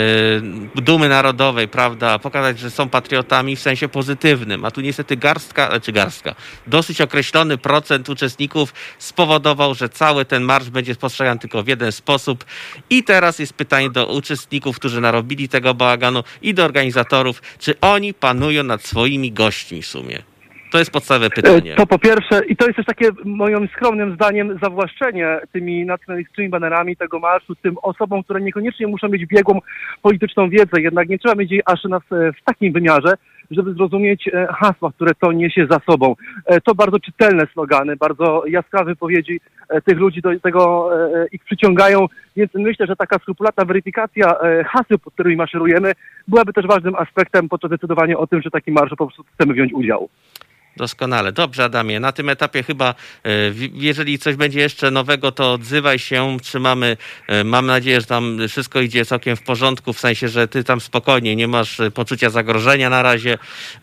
yy, dumy narodowej, prawda, pokazać, że są patriotami w sensie pozytywnym, a tu niestety garstka, czy garstka, dosyć określony procent uczestników spowodował, że cały ten marsz będzie postrzegany tylko w jeden sposób. I teraz jest pytanie do uczestników, którzy narobili tego bałaganu i do organizatorów, czy oni panują nad swoimi gośćmi w sumie? To jest podstawowe pytanie. To po pierwsze, i to jest też takie moim skromnym zdaniem zawłaszczenie tymi nacjonalistycznymi banerami tego marszu, tym osobom, które niekoniecznie muszą mieć biegłą polityczną wiedzę, jednak nie trzeba mieć jej aż na, w takim wymiarze, żeby zrozumieć hasła, które to niesie za sobą. To bardzo czytelne slogany, bardzo jaskrawe wypowiedzi tych ludzi do tego ich przyciągają, więc myślę, że taka skrupulatna weryfikacja haseł, pod którymi maszerujemy, byłaby też ważnym aspektem podczas decydowania o tym, że taki marsz po prostu chcemy wziąć udział. Doskonale. Dobrze, Adamie. Na tym etapie chyba, jeżeli coś będzie jeszcze nowego, to odzywaj się. Trzymamy. Mam nadzieję, że tam wszystko idzie całkiem w porządku, w sensie, że ty tam spokojnie, nie masz poczucia zagrożenia na razie.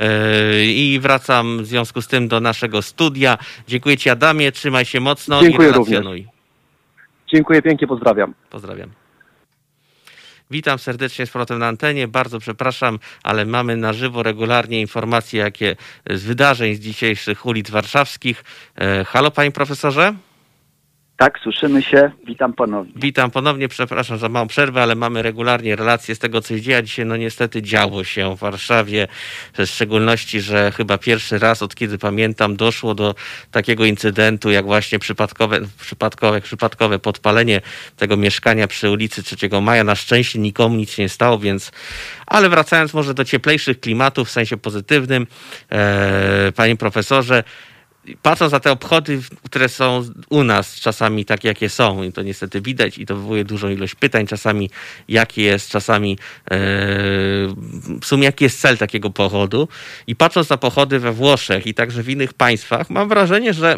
I wracam w związku z tym do naszego studia. Dziękuję ci, Adamie. Trzymaj się mocno. Dziękuję i relacjonuj. również. Dziękuję pięknie, pozdrawiam. Pozdrawiam. Witam serdecznie z powrotem na antenie. Bardzo przepraszam, ale mamy na żywo regularnie informacje, jakie z wydarzeń z dzisiejszych ulic warszawskich. Halo, panie profesorze? Tak, słyszymy się. Witam ponownie. Witam ponownie. Przepraszam za małą przerwę, ale mamy regularnie relacje z tego, co się dzieje. Dzisiaj no niestety działo się w Warszawie. W szczególności, że chyba pierwszy raz, od kiedy pamiętam, doszło do takiego incydentu, jak właśnie przypadkowe, przypadkowe, przypadkowe podpalenie tego mieszkania przy ulicy trzeciego Maja. Na szczęście nikomu nic się nie stało, więc... Ale wracając może do cieplejszych klimatów w sensie pozytywnym, e, panie profesorze, patrząc na te obchody, które są u nas czasami takie, jakie są, i to niestety widać i to wywołuje dużą ilość pytań czasami, jaki jest czasami e, w sumie jaki jest cel takiego pochodu, i patrząc na pochody we Włoszech i także w innych państwach, mam wrażenie, że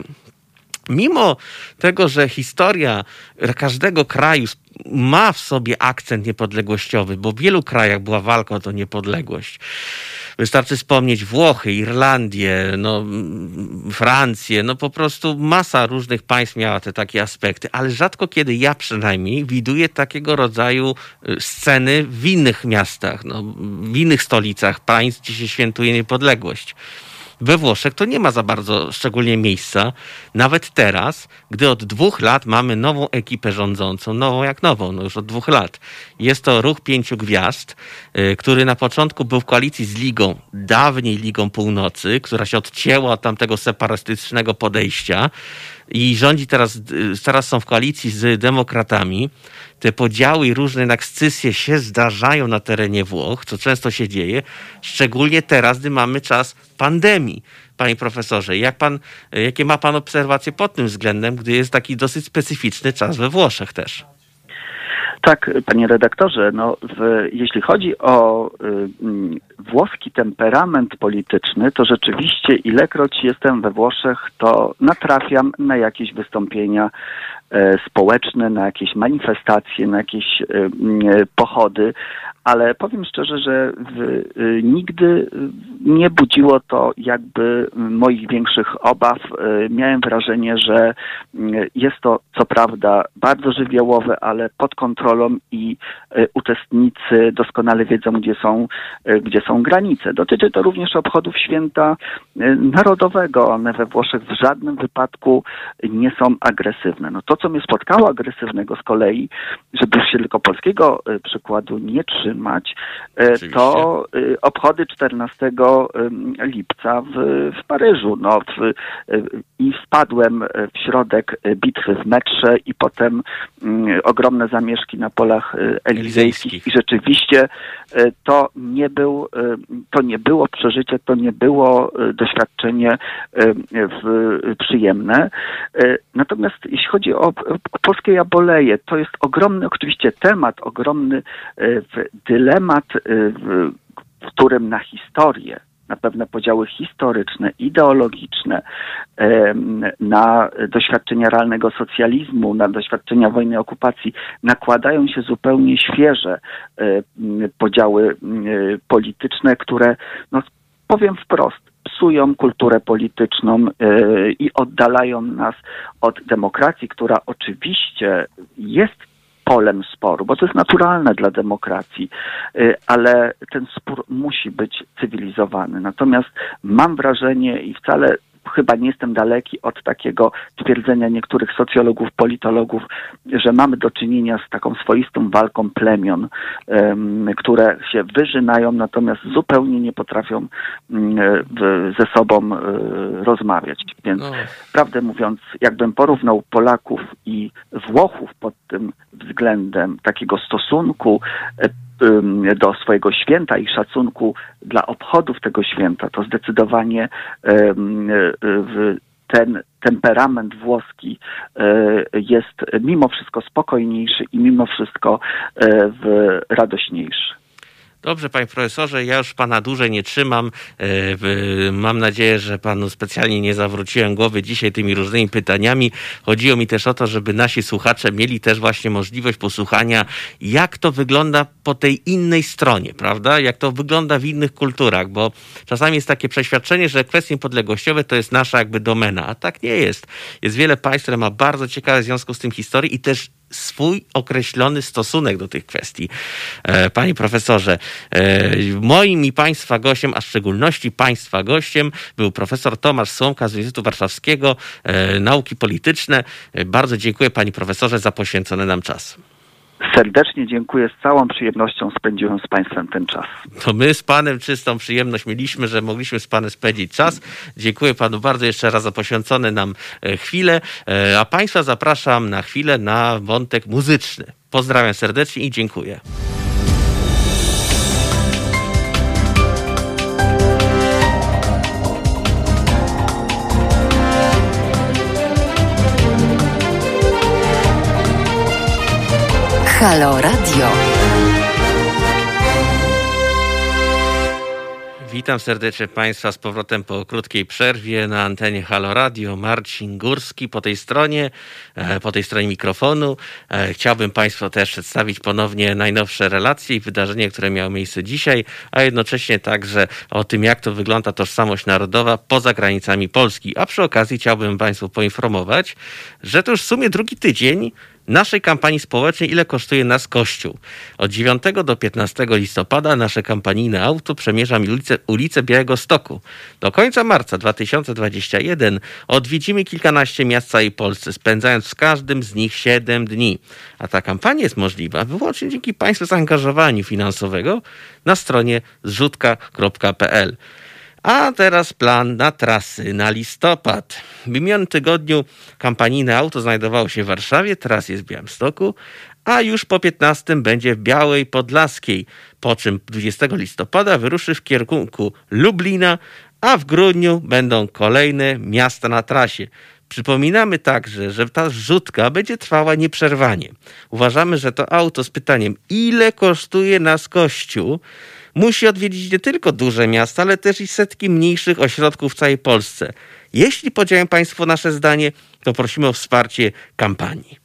mimo tego, że historia każdego kraju ma w sobie akcent niepodległościowy, bo w wielu krajach była walka o tę niepodległość. Wystarczy wspomnieć Włochy, Irlandię, no, Francję, no po prostu masa różnych państw miała te takie aspekty, ale rzadko kiedy ja przynajmniej widuję takiego rodzaju sceny w innych miastach, no, w innych stolicach państw, gdzie się świętuje niepodległość. We Włoszech to nie ma za bardzo szczególnie miejsca. Nawet teraz, gdy od dwóch lat mamy nową ekipę rządzącą, nową jak nową, no już od dwóch lat. Jest to Ruch Pięciu Gwiazd, który na początku był w koalicji z Ligą, dawniej Ligą Północy, która się odcięła od tamtego separatystycznego podejścia i rządzi teraz, teraz są w koalicji z demokratami. Te podziały i różne jednak scysje się zdarzają na terenie Włoch, co często się dzieje, szczególnie teraz, gdy mamy czas pandemii. Panie profesorze, jak pan, jakie ma pan obserwacje pod tym względem, gdy jest taki dosyć specyficzny czas we Włoszech też? Tak, panie redaktorze, no, w, jeśli chodzi o y, włoski temperament polityczny, to rzeczywiście ilekroć jestem we Włoszech, to natrafiam na jakieś wystąpienia y, społeczne, na jakieś manifestacje, na jakieś y, y, pochody, ale powiem szczerze, że w, y, nigdy nie budziło to jakby moich większych obaw. Y, miałem wrażenie, że y, jest to co prawda bardzo żywiołowe, ale pod kontrolą i y, uczestnicy doskonale wiedzą, gdzie są, y, gdzie są granice. Dotyczy to również obchodów święta y, narodowego. One we Włoszech w żadnym wypadku nie są agresywne. No to, co mnie spotkało agresywnego z kolei, żeby już się tylko polskiego y, przykładu nie trzymać, y, to y, obchody czternastego lipca w, w Paryżu. No, w, y, I wpadłem w środek bitwy w metrze i potem y, ogromne zamieszki na polach elizejskich i rzeczywiście to nie był, to nie było przeżycie, to nie było doświadczenie przyjemne. Natomiast jeśli chodzi o, o polskie jaboleje, to jest ogromny oczywiście temat, ogromny dylemat, w którym na historię, na pewne podziały historyczne, ideologiczne, na doświadczenia realnego socjalizmu, na doświadczenia wojny okupacji nakładają się zupełnie świeże podziały polityczne, które, no powiem wprost, psują kulturę polityczną i oddalają nas od demokracji, która oczywiście jest polem sporu, bo to jest naturalne dla demokracji, ale ten spór musi być cywilizowany. Natomiast mam wrażenie i wcale chyba nie jestem daleki od takiego twierdzenia niektórych socjologów, politologów, że mamy do czynienia z taką swoistą walką plemion, um, które się wyżynają, natomiast zupełnie nie potrafią um, w, ze sobą um, rozmawiać. Więc no. Prawdę mówiąc, jakbym porównał Polaków i Włochów pod tym względem takiego stosunku do swojego święta i szacunku dla obchodów tego święta, to zdecydowanie ten temperament włoski jest mimo wszystko spokojniejszy i mimo wszystko radośniejszy. Dobrze, panie profesorze, ja już pana dłużej nie trzymam. Mam nadzieję, że panu specjalnie nie zawróciłem głowy dzisiaj tymi różnymi pytaniami. Chodziło mi też o to, żeby nasi słuchacze mieli też właśnie możliwość posłuchania, jak to wygląda po tej innej stronie, prawda? Jak to wygląda w innych kulturach, bo czasami jest takie przeświadczenie, że kwestie niepodległościowe to jest nasza jakby domena, a tak nie jest. Jest wiele państw, które ma bardzo ciekawe w związku z tym historii i też swój określony stosunek do tych kwestii. Panie profesorze, moim i państwa gościem, a w szczególności państwa gościem był profesor Tomasz Słomka z Uniwersytetu Warszawskiego, Nauki Polityczne. Bardzo dziękuję, panie profesorze, za poświęcony nam czas. Serdecznie dziękuję, z całą przyjemnością spędziłem z państwem ten czas. To my z panem czystą przyjemność mieliśmy, że mogliśmy z panem spędzić czas. Dziękuję panu bardzo jeszcze raz za poświęcone nam chwilę, a państwa zapraszam na chwilę na wątek muzyczny. Pozdrawiam serdecznie i dziękuję. Halo Radio. Witam serdecznie państwa z powrotem po krótkiej przerwie na antenie Halo Radio. Marcin Górski po tej stronie, po tej stronie mikrofonu. Chciałbym państwu też przedstawić ponownie najnowsze relacje i wydarzenia, które miały miejsce dzisiaj, a jednocześnie także o tym, jak to wygląda tożsamość narodowa poza granicami Polski. A przy okazji chciałbym państwu poinformować, że to już w sumie drugi tydzień naszej kampanii społecznej Ile kosztuje nas Kościół. Od dziewiątego do piętnastego listopada nasze kampanijne auto przemierza ulicę, ulicę Białegostoku. Do końca marca dwa tysiące dwudziestego pierwszego odwiedzimy kilkanaście miast w całej Polsce, spędzając w każdym z nich siedem dni. A ta kampania jest możliwa wyłącznie dzięki państwa zaangażowaniu finansowego na stronie zrzutka kropka pe el. A teraz plan na trasy na listopad. W minionym tygodniu kampanijne auto znajdowało się w Warszawie, teraz jest w Białymstoku, a już po piętnastego będzie w Białej Podlaskiej, po czym dwudziestego listopada wyruszy w kierunku Lublina, a w grudniu będą kolejne miasta na trasie. Przypominamy także, że ta zrzutka będzie trwała nieprzerwanie. Uważamy, że to auto z pytaniem, ile kosztuje nas Kościół, musi odwiedzić nie tylko duże miasta, ale też i setki mniejszych ośrodków w całej Polsce. Jeśli podzielają państwo nasze zdanie, to prosimy o wsparcie kampanii.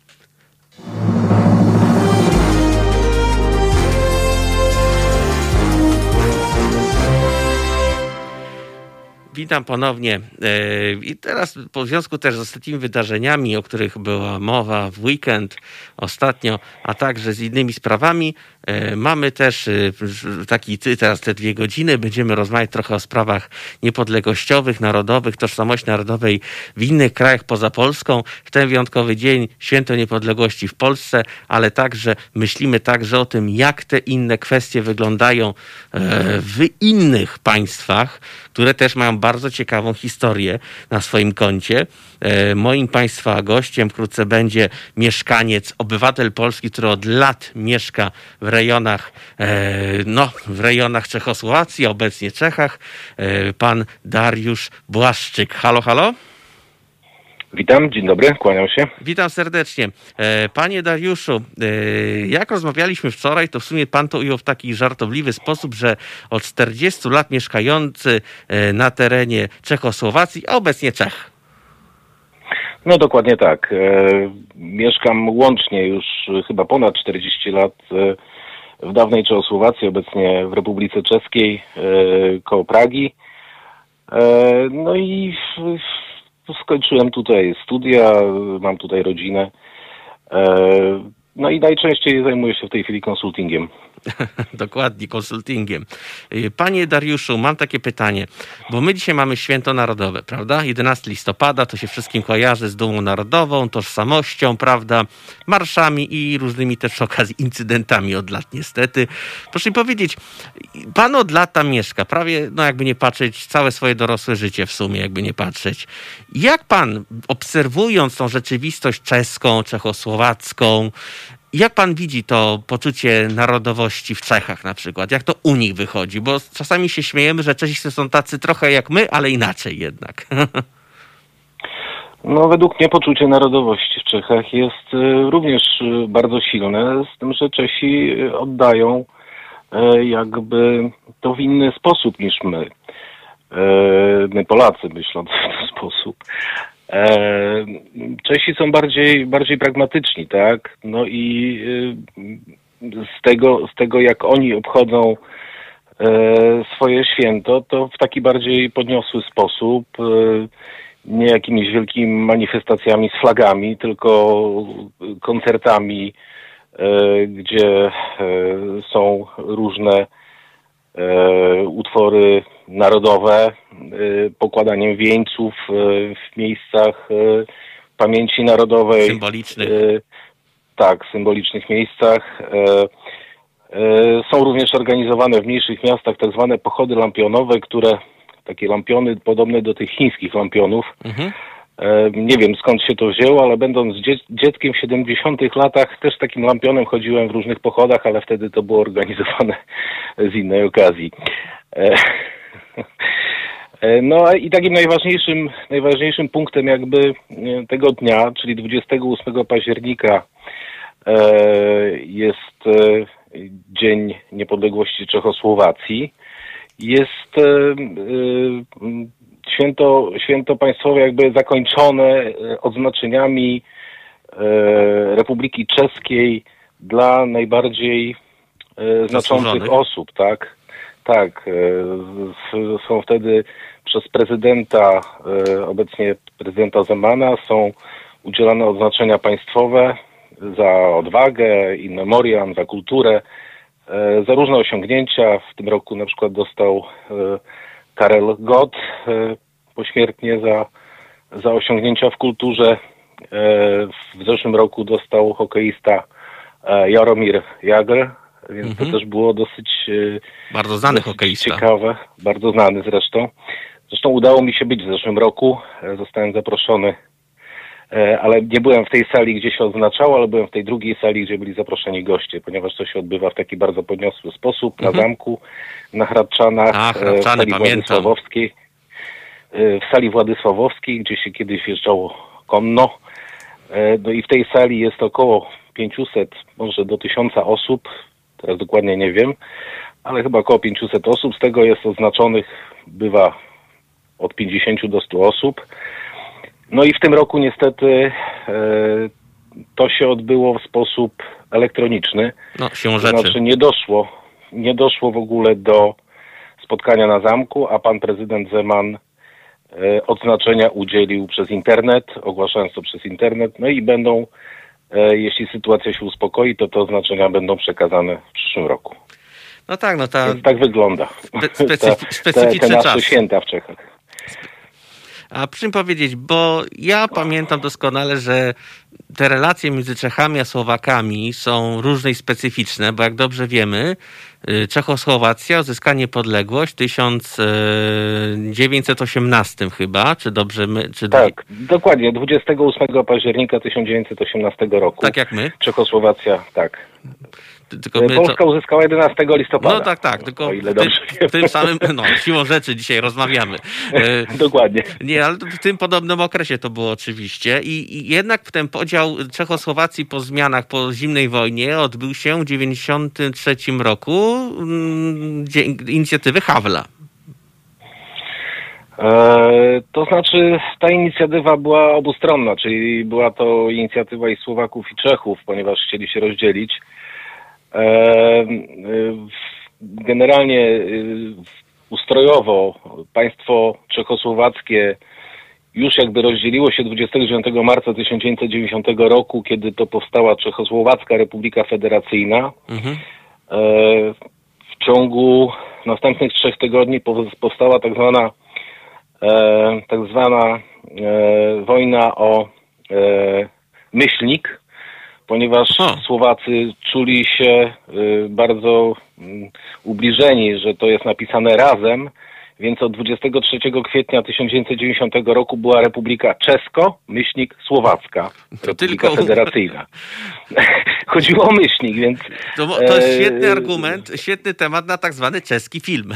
Witam ponownie. I teraz po związku też z ostatnimi wydarzeniami, o których była mowa w weekend ostatnio, a także z innymi sprawami, mamy też taki, teraz te dwie godziny będziemy rozmawiać trochę o sprawach niepodległościowych, narodowych, tożsamości narodowej w innych krajach poza Polską. W ten wyjątkowy dzień Święto Niepodległości w Polsce, ale także myślimy także o tym, jak te inne kwestie wyglądają w innych państwach, które też mają bardzo ciekawą historię na swoim koncie. Moim państwa gościem wkrótce będzie mieszkaniec, obywatel Polski, który od lat mieszka w rejonach, no, w rejonach Czechosłowacji, obecnie Czechach, pan Dariusz Błaszczyk. Halo, halo? Witam, dzień dobry, kłaniam się. Witam serdecznie. Panie Dariuszu, jak rozmawialiśmy wczoraj, to w sumie pan to ujął w taki żartobliwy sposób, że od czterdziestu lat mieszkający na terenie Czechosłowacji, a obecnie Czech. No dokładnie tak. Mieszkam łącznie już chyba ponad czterdzieści lat w dawnej Czechosłowacji, obecnie w Republice Czeskiej, koło Pragi. No i skończyłem tutaj studia, mam tutaj rodzinę. No i najczęściej zajmuję się w tej chwili konsultingiem. Dokładnie, konsultingiem. Panie Dariuszu, mam takie pytanie, bo my dzisiaj mamy święto narodowe, prawda? jedenastego listopada, to się wszystkim kojarzy z dumą narodową, tożsamością, prawda? Marszami i różnymi też przy okazji incydentami od lat niestety. Proszę mi powiedzieć, pan od lat tam mieszka, prawie, no jakby nie patrzeć, całe swoje dorosłe życie w sumie, jakby nie patrzeć. Jak pan, obserwując tą rzeczywistość czeską, czechosłowacką, Jak pan widzi to poczucie narodowości w Czechach na przykład? Jak to u nich wychodzi? Bo czasami się śmiejemy, że Czesi są tacy trochę jak my, ale inaczej jednak. No, według mnie poczucie narodowości w Czechach jest również bardzo silne, z tym, że Czesi oddają jakby to w inny sposób niż my. My Polacy, myśląc w ten sposób. Czesi są bardziej, bardziej pragmatyczni, tak? No i z tego, z tego jak oni obchodzą swoje święto, to w taki bardziej podniosły sposób, nie jakimiś wielkimi manifestacjami z flagami, tylko koncertami, gdzie są różne utwory narodowe, pokładaniem wieńców w miejscach pamięci narodowej. Symbolicznych. Tak, symbolicznych miejscach. Są również organizowane w mniejszych miastach tak zwane pochody lampionowe, które, takie lampiony podobne do tych chińskich lampionów. Mhm. Nie wiem skąd się to wzięło, ale będąc dzie- dzieckiem w siedemdziesiątych latach też takim lampionem chodziłem w różnych pochodach, ale wtedy to było organizowane z innej okazji. No i takim najważniejszym, najważniejszym punktem jakby tego dnia, czyli dwudziestego ósmego października, jest Dzień Niepodległości Czechosłowacji. Jest święto, święto państwowe jakby zakończone odznaczeniami Republiki Czeskiej dla najbardziej znaczących osób, tak? Tak. Są wtedy przez prezydenta, obecnie prezydenta Zemana, są udzielane odznaczenia państwowe za odwagę, in memoriam, za kulturę, za różne osiągnięcia. W tym roku na przykład dostał Karel Gott pośmiertnie za, za osiągnięcia w kulturze. W zeszłym roku dostał hokeista Jaromir Jagr, więc mhm. to też było dosyć bardzo znany hokeista. Ciekawe, bardzo znany zresztą. Zresztą udało mi się być w zeszłym roku, zostałem zaproszony, ale nie byłem w tej sali, gdzie się odznaczało, ale byłem w tej drugiej sali, gdzie byli zaproszeni goście, ponieważ to się odbywa w taki bardzo podniosły sposób, mhm. na zamku, na Hradczanach, A, w sali Władysławowskiej, w sali Władysławowskiej, gdzie się kiedyś wjeżdżało konno. No i w tej sali jest około pięćset, może do tysiąca osób, teraz dokładnie nie wiem, ale chyba około pięćset osób, z tego jest oznaczonych, bywa od pięćdziesięciu do stu osób. No i w tym roku niestety e, to się odbyło w sposób elektroniczny. No, siłą rzeczy. Znaczy nie doszło, nie doszło w ogóle do spotkania na zamku, a pan prezydent Zeman e, odznaczenia udzielił przez internet, ogłaszając to przez internet. No i będą, e, jeśli sytuacja się uspokoi, to te oznaczenia będą przekazane w przyszłym roku. No tak, no ta... Więc tak wygląda. Specyf- te, specyficzny te, te nasze czas. święta w Czechach. A proszę mi powiedzieć, bo ja pamiętam doskonale, że te relacje między Czechami a Słowakami są różne i specyficzne, bo jak dobrze wiemy, Czechosłowacja uzyska niepodległość w tysiąc dziewięćset osiemnastym chyba, czy dobrze my... Czy tak, do... dokładnie, dwudziestego ósmego października tysiąc dziewięćset osiemnastego roku. Tak jak my? Czechosłowacja, tak. Tylko my Polska to... uzyskała jedenastego listopada. No tak, tak, tylko w, ty, w tym samym, no siłą rzeczy dzisiaj rozmawiamy. Dokładnie. Nie, ale w tym podobnym okresie to było oczywiście i, i jednak ten podział Czechosłowacji po zmianach, po zimnej wojnie odbył się w dziewięćdziesiątym trzecim roku mm, inicjatywy Havla. E, to znaczy ta inicjatywa była obustronna, czyli była to inicjatywa i Słowaków i Czechów, ponieważ chcieli się rozdzielić. Generalnie ustrojowo państwo czechosłowackie już jakby rozdzieliło się dwudziestego dziewiątego marca tysiąc dziewięćset dziewięćdziesiątego roku, kiedy to powstała Czechosłowacka Republika Federacyjna. Mhm. W ciągu następnych trzech tygodni powstała tak zwana tak zwana wojna o myślnik, ponieważ o. Słowacy czuli się y, bardzo y, ubliżeni, że to jest napisane razem Więc od dwudziestego trzeciego kwietnia tysiąc dziewięćset dziewięćdziesiątego roku była Republika Czesko, myślnik Słowacka, to Republika tylko... Federacyjna. Chodziło o myślnik, więc... To, to jest świetny argument, świetny temat na tak zwany czeski film.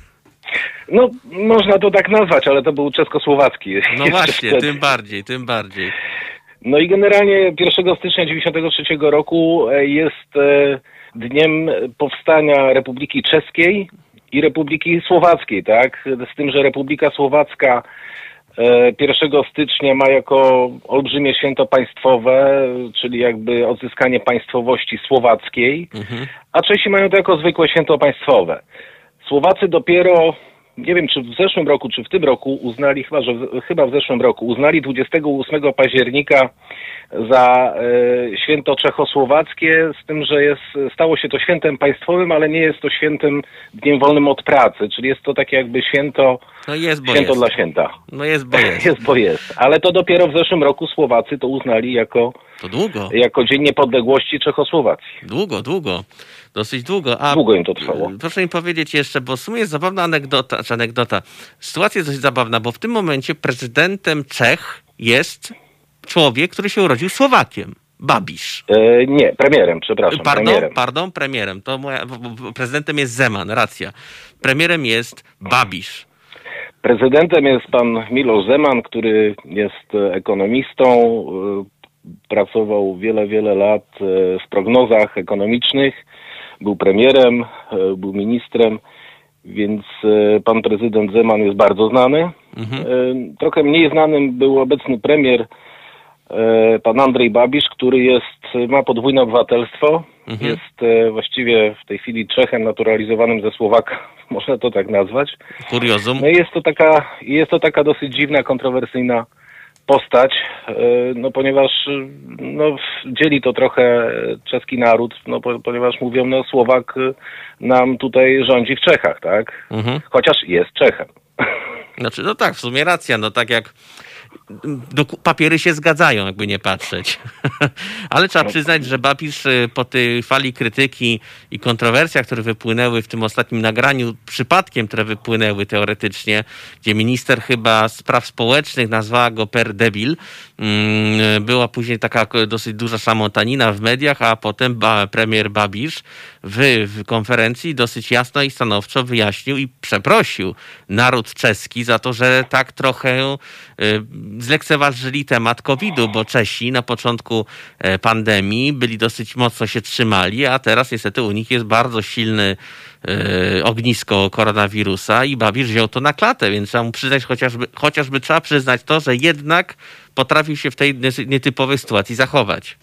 No, można to tak nazwać, ale to był czeskosłowacki. No właśnie, wtedy. tym bardziej, tym bardziej. No i generalnie pierwszego stycznia dziewięćdziesiątego trzeciego roku jest dniem powstania Republiki Czeskiej i Republiki Słowackiej, tak? Z tym, że Republika Słowacka pierwszego stycznia ma jako olbrzymie święto państwowe, czyli jakby odzyskanie państwowości słowackiej, mhm. a Czesi mają to jako zwykłe święto państwowe. Słowacy dopiero, nie wiem czy w zeszłym roku, czy w tym roku uznali, chyba, że w, chyba w zeszłym roku, uznali dwudziestego ósmego października za e, święto czechosłowackie, z tym, że jest, stało się to świętem państwowym, ale nie jest to świętem dniem wolnym od pracy, czyli jest to takie jakby święto, no jest, bo święto jest. dla święta. No jest, bo jest. Jest, bo jest. Ale to dopiero w zeszłym roku Słowacy to uznali jako, to długo. jako Dzień Niepodległości Czechosłowacji. Długo, długo. Dosyć długo. A długo im to trwało. Proszę mi powiedzieć jeszcze, bo w sumie jest zabawna anegdota, czy anegdota. Sytuacja jest dość zabawna, bo w tym momencie prezydentem Czech jest człowiek, który się urodził Słowakiem. Babiš. E, nie, premierem, przepraszam. Pardon, premierem. pardon, premierem. To moja, prezydentem jest Zeman, racja. Premierem jest Babiš. Prezydentem jest pan Miloš Zeman, który jest ekonomistą, pracował wiele, wiele lat w prognozach ekonomicznych, był premierem, był ministrem, więc pan prezydent Zeman jest bardzo znany. Mhm. Trochę mniej znanym był obecny premier, pan Andrej Babiš, który jest, ma podwójne obywatelstwo, mhm. jest właściwie w tej chwili Czechem naturalizowanym ze Słowaka, można to tak nazwać. Kuriozum. No i jest to taka, jest to taka dosyć dziwna, kontrowersyjna postać, no ponieważ no, dzieli to trochę czeski naród, no ponieważ mówią, no Słowak nam tutaj rządzi w Czechach, tak? Mhm. Chociaż jest Czechem. Znaczy, no tak, w sumie racja, no tak jak do, papiery się zgadzają, jakby nie patrzeć. Ale trzeba przyznać, że Babiš po tej fali krytyki i kontrowersjach, które wypłynęły w tym ostatnim nagraniu, przypadkiem, które wypłynęły teoretycznie, gdzie minister chyba spraw społecznych nazwała go per debil, była później taka dosyć duża szamotanina w mediach, a potem ba, premier Babiš w, w konferencji dosyć jasno i stanowczo wyjaśnił i przeprosił naród czeski za to, że tak trochę zlekceważyli temat kowida, bo Czesi na początku pandemii byli dosyć mocno się trzymali, a teraz niestety u nich jest bardzo silny ognisko koronawirusa i Babiš wziął to na klatę, więc trzeba mu przyznać, chociażby, chociażby trzeba przyznać to, że jednak potrafił się w tej nietypowej sytuacji zachować.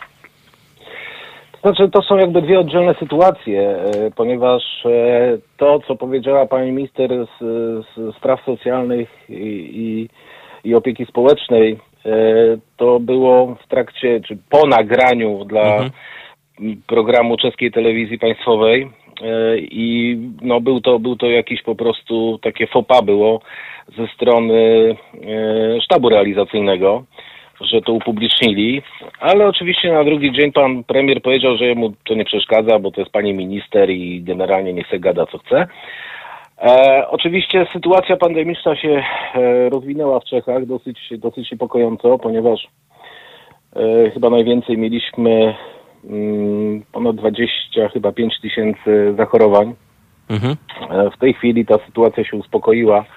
Znaczy, to są jakby dwie oddzielne sytuacje, ponieważ to, co powiedziała pani minister z, z spraw socjalnych i, i, i opieki społecznej, to było w trakcie, czy po nagraniu dla mhm. programu czeskiej telewizji państwowej i no był to, był to jakiś po prostu takie faux pas było ze strony sztabu realizacyjnego, że to upublicznili, ale oczywiście na drugi dzień pan premier powiedział, że mu to nie przeszkadza, bo to jest pani minister i generalnie niech se gada co chce. E, oczywiście sytuacja pandemiczna się e, rozwinęła w Czechach dosyć, dosyć niepokojąco, ponieważ e, chyba najwięcej mieliśmy mm, ponad dwadzieścia, chyba pięć tysięcy zachorowań. Mhm. E, w tej chwili ta sytuacja się uspokoiła.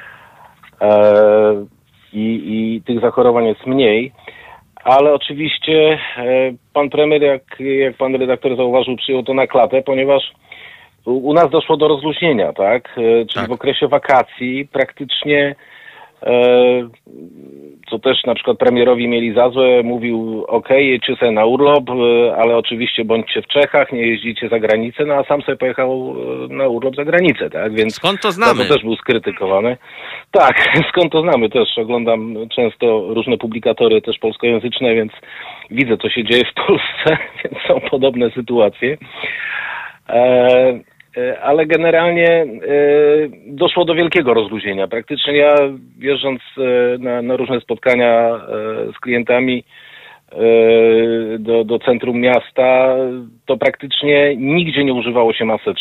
E, I, i tych zachorowań jest mniej, ale oczywiście e, pan premier, jak, jak pan redaktor zauważył, przyjął to na klatę, ponieważ u, u nas doszło do rozluźnienia, tak? E, czyli tak. W okresie wakacji praktycznie, e, co też na przykład premierowi mieli za złe, mówił ok, jedźcie sobie na urlop, e, ale oczywiście bądźcie w Czechach, nie jeździcie za granicę, no a sam sobie pojechał na urlop za granicę, tak? Więc skąd to znamy? To też był skrytykowany. Tak, skąd to znamy? Też oglądam często różne publikatory też polskojęzyczne, więc widzę, co się dzieje w Polsce, więc są podobne sytuacje. E, ale generalnie e, doszło do wielkiego rozluźnienia. Praktycznie ja jeżdżąc e, na, na różne spotkania e, z klientami e, do, do centrum miasta, to praktycznie nigdzie nie używało się maseczek.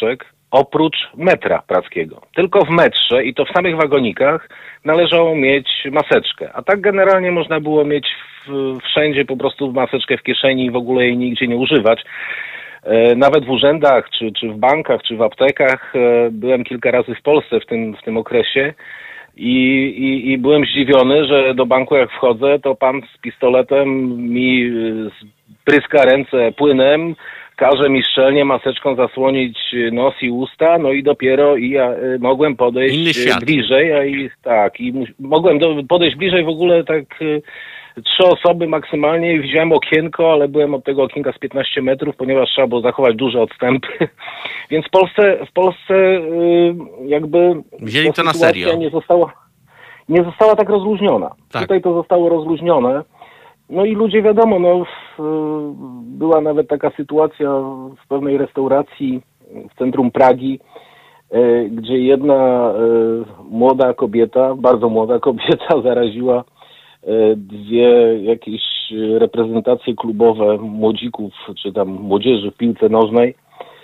oprócz metra praskiego. Tylko w metrze i to w samych wagonikach należało mieć maseczkę. A tak generalnie można było mieć w, wszędzie po prostu maseczkę w kieszeni i w ogóle jej nigdzie nie używać. E, nawet w urzędach, czy, czy w bankach, czy w aptekach e, byłem kilka razy w Polsce w tym, w tym okresie. I, i, I byłem zdziwiony, że do banku jak wchodzę, to pan z pistoletem mi pryska ręce płynem, każe mi szczelnie maseczką zasłonić nos i usta, no i dopiero i ja y, mogłem podejść bliżej, a i tak, i mu, mogłem do, podejść bliżej w ogóle tak y, trzy osoby maksymalnie i wziąłem okienko, ale byłem od tego okienka z piętnaście metrów, ponieważ trzeba było zachować duże odstępy. Więc w Polsce, w Polsce y, jakby wzięli to na serio. Nie została, nie została tak rozluźniona. Tak. Tutaj to zostało rozluźnione. No i ludzie, wiadomo, no, w, była nawet taka sytuacja w pewnej restauracji w centrum Pragi, y, gdzie jedna y, młoda kobieta, bardzo młoda kobieta zaraziła dwie jakieś reprezentacje klubowe młodzików, czy tam młodzieży w piłce nożnej,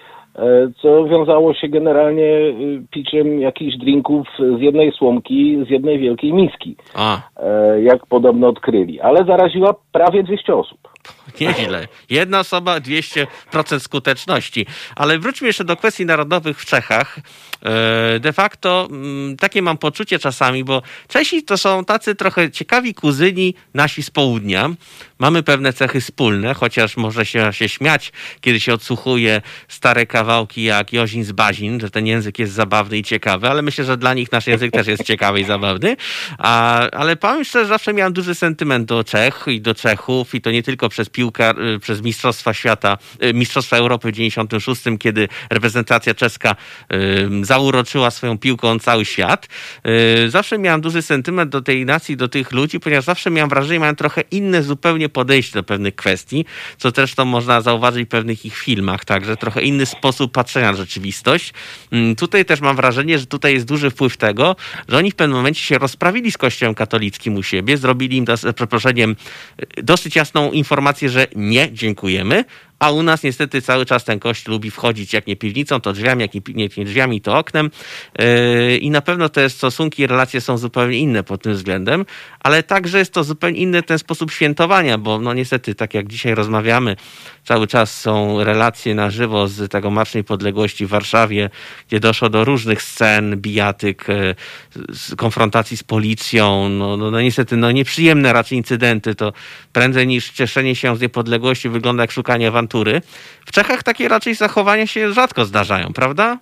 co wiązało się generalnie piciem jakichś drinków z jednej słomki, z jednej wielkiej miski. A. Jak podobno odkryli. Ale zaraziła prawie dwieście osób. Nieźle. Jedna osoba, dwieście procent skuteczności. Ale wróćmy jeszcze do kwestii narodowych w Czechach. De facto takie mam poczucie czasami, bo Czesi to są tacy trochę ciekawi kuzyni nasi z południa. Mamy pewne cechy wspólne, chociaż może się, się śmiać, kiedy się odsłuchuje stare kawałki jak Jozin z Bazin, że ten język jest zabawny i ciekawy, ale myślę, że dla nich nasz język też jest ciekawy i zabawny. A, ale powiem szczerze, zawsze miałem duży sentyment do Czech i do Czechów i to nie tylko przez piłkę, przez Mistrzostwa Świata, Mistrzostwa Europy w dziewięćdziesiątym szóstym, kiedy reprezentacja czeska y, zauroczyła swoją piłką cały świat. Y, zawsze miałem duży sentyment do tej nacji, do tych ludzi, ponieważ zawsze miałem wrażenie, że mają trochę inne zupełnie podejście do pewnych kwestii, co też to można zauważyć w pewnych ich filmach, także trochę inny sposób patrzenia na rzeczywistość. Y, tutaj też mam wrażenie, że tutaj jest duży wpływ tego, że oni w pewnym momencie się rozprawili z Kościołem katolickim u siebie, zrobili im, z przeproszeniem, dosyć jasną informację, że nie, dziękujemy, a u nas niestety cały czas ten kościół lubi wchodzić jak nie piwnicą, to drzwiami, jak nie, nie drzwiami, to oknem yy, i na pewno te stosunki i relacje są zupełnie inne pod tym względem, ale także jest to zupełnie inny ten sposób świętowania, bo no niestety, tak jak dzisiaj rozmawiamy, cały czas są relacje na żywo z tego Marszu Niepodległości w Warszawie, gdzie doszło do różnych scen, bijatyk, yy, z konfrontacji z policją, no, no, no niestety no nieprzyjemne raczej incydenty, to prędzej niż cieszenie się z niepodległości wygląda jak szukanie awantury. W Czechach takie raczej zachowania się rzadko zdarzają, prawda?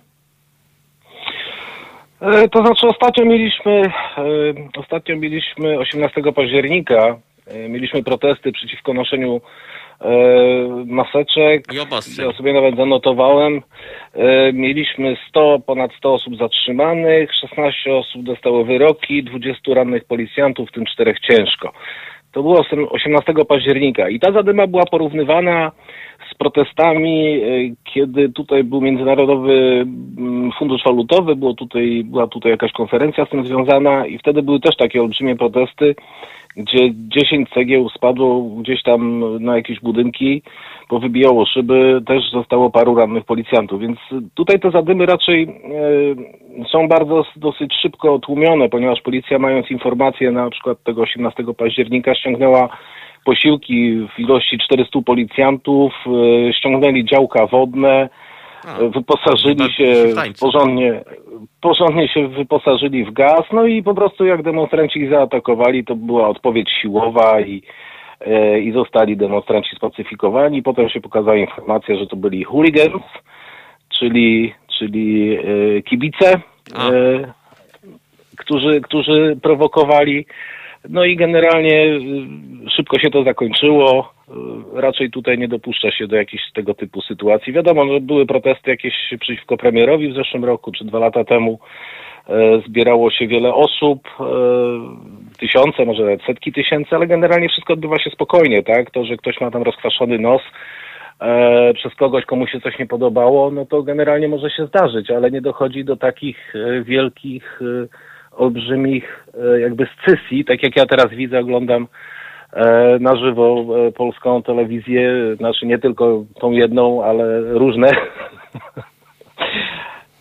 To znaczy ostatnio mieliśmy ostatnio mieliśmy osiemnastego października mieliśmy protesty przeciwko noszeniu maseczek. I obostrzeń. Ja sobie nawet zanotowałem. Mieliśmy sto, ponad sto osób zatrzymanych, szesnaście osób dostało wyroki, dwudziestu rannych policjantów, w tym czterech ciężko. To było osiemnastego października i ta zadyma była porównywana z protestami, kiedy tutaj był Międzynarodowy Fundusz Walutowy, było tutaj, była tutaj jakaś konferencja z tym związana i wtedy były też takie olbrzymie protesty, gdzie dziesięć cegieł spadło gdzieś tam na jakieś budynki, powybijało szyby, też zostało paru rannych policjantów, więc tutaj te zadymy raczej e, są bardzo dosyć szybko tłumione, ponieważ policja, mając informacje na przykład tego osiemnastego października, ściągnęła posiłki w ilości czterystu policjantów, e, ściągnęli działka wodne, A, wyposażyli się porządnie, porządnie się wyposażyli w gaz, no i po prostu jak demonstranci ich zaatakowali, to była odpowiedź siłowa i i zostali demonstranci spacyfikowani. Potem się pokazała informacja, że to byli hooligans, czyli, czyli e, kibice, e, którzy, którzy prowokowali. No i generalnie e, szybko się to zakończyło. E, raczej tutaj nie dopuszcza się do jakichś tego typu sytuacji. Wiadomo, że były protesty jakieś przeciwko premierowi w zeszłym roku, czy dwa lata temu. Zbierało się wiele osób, tysiące, może nawet setki tysięcy, ale generalnie wszystko odbywa się spokojnie, tak? To, że ktoś ma tam rozkwaszony nos e, przez kogoś, komu się coś nie podobało, no to generalnie może się zdarzyć, ale nie dochodzi do takich wielkich, olbrzymich jakby scysji, tak jak ja teraz widzę, oglądam e, na żywo e, polską telewizję, znaczy nie tylko tą jedną, ale różne.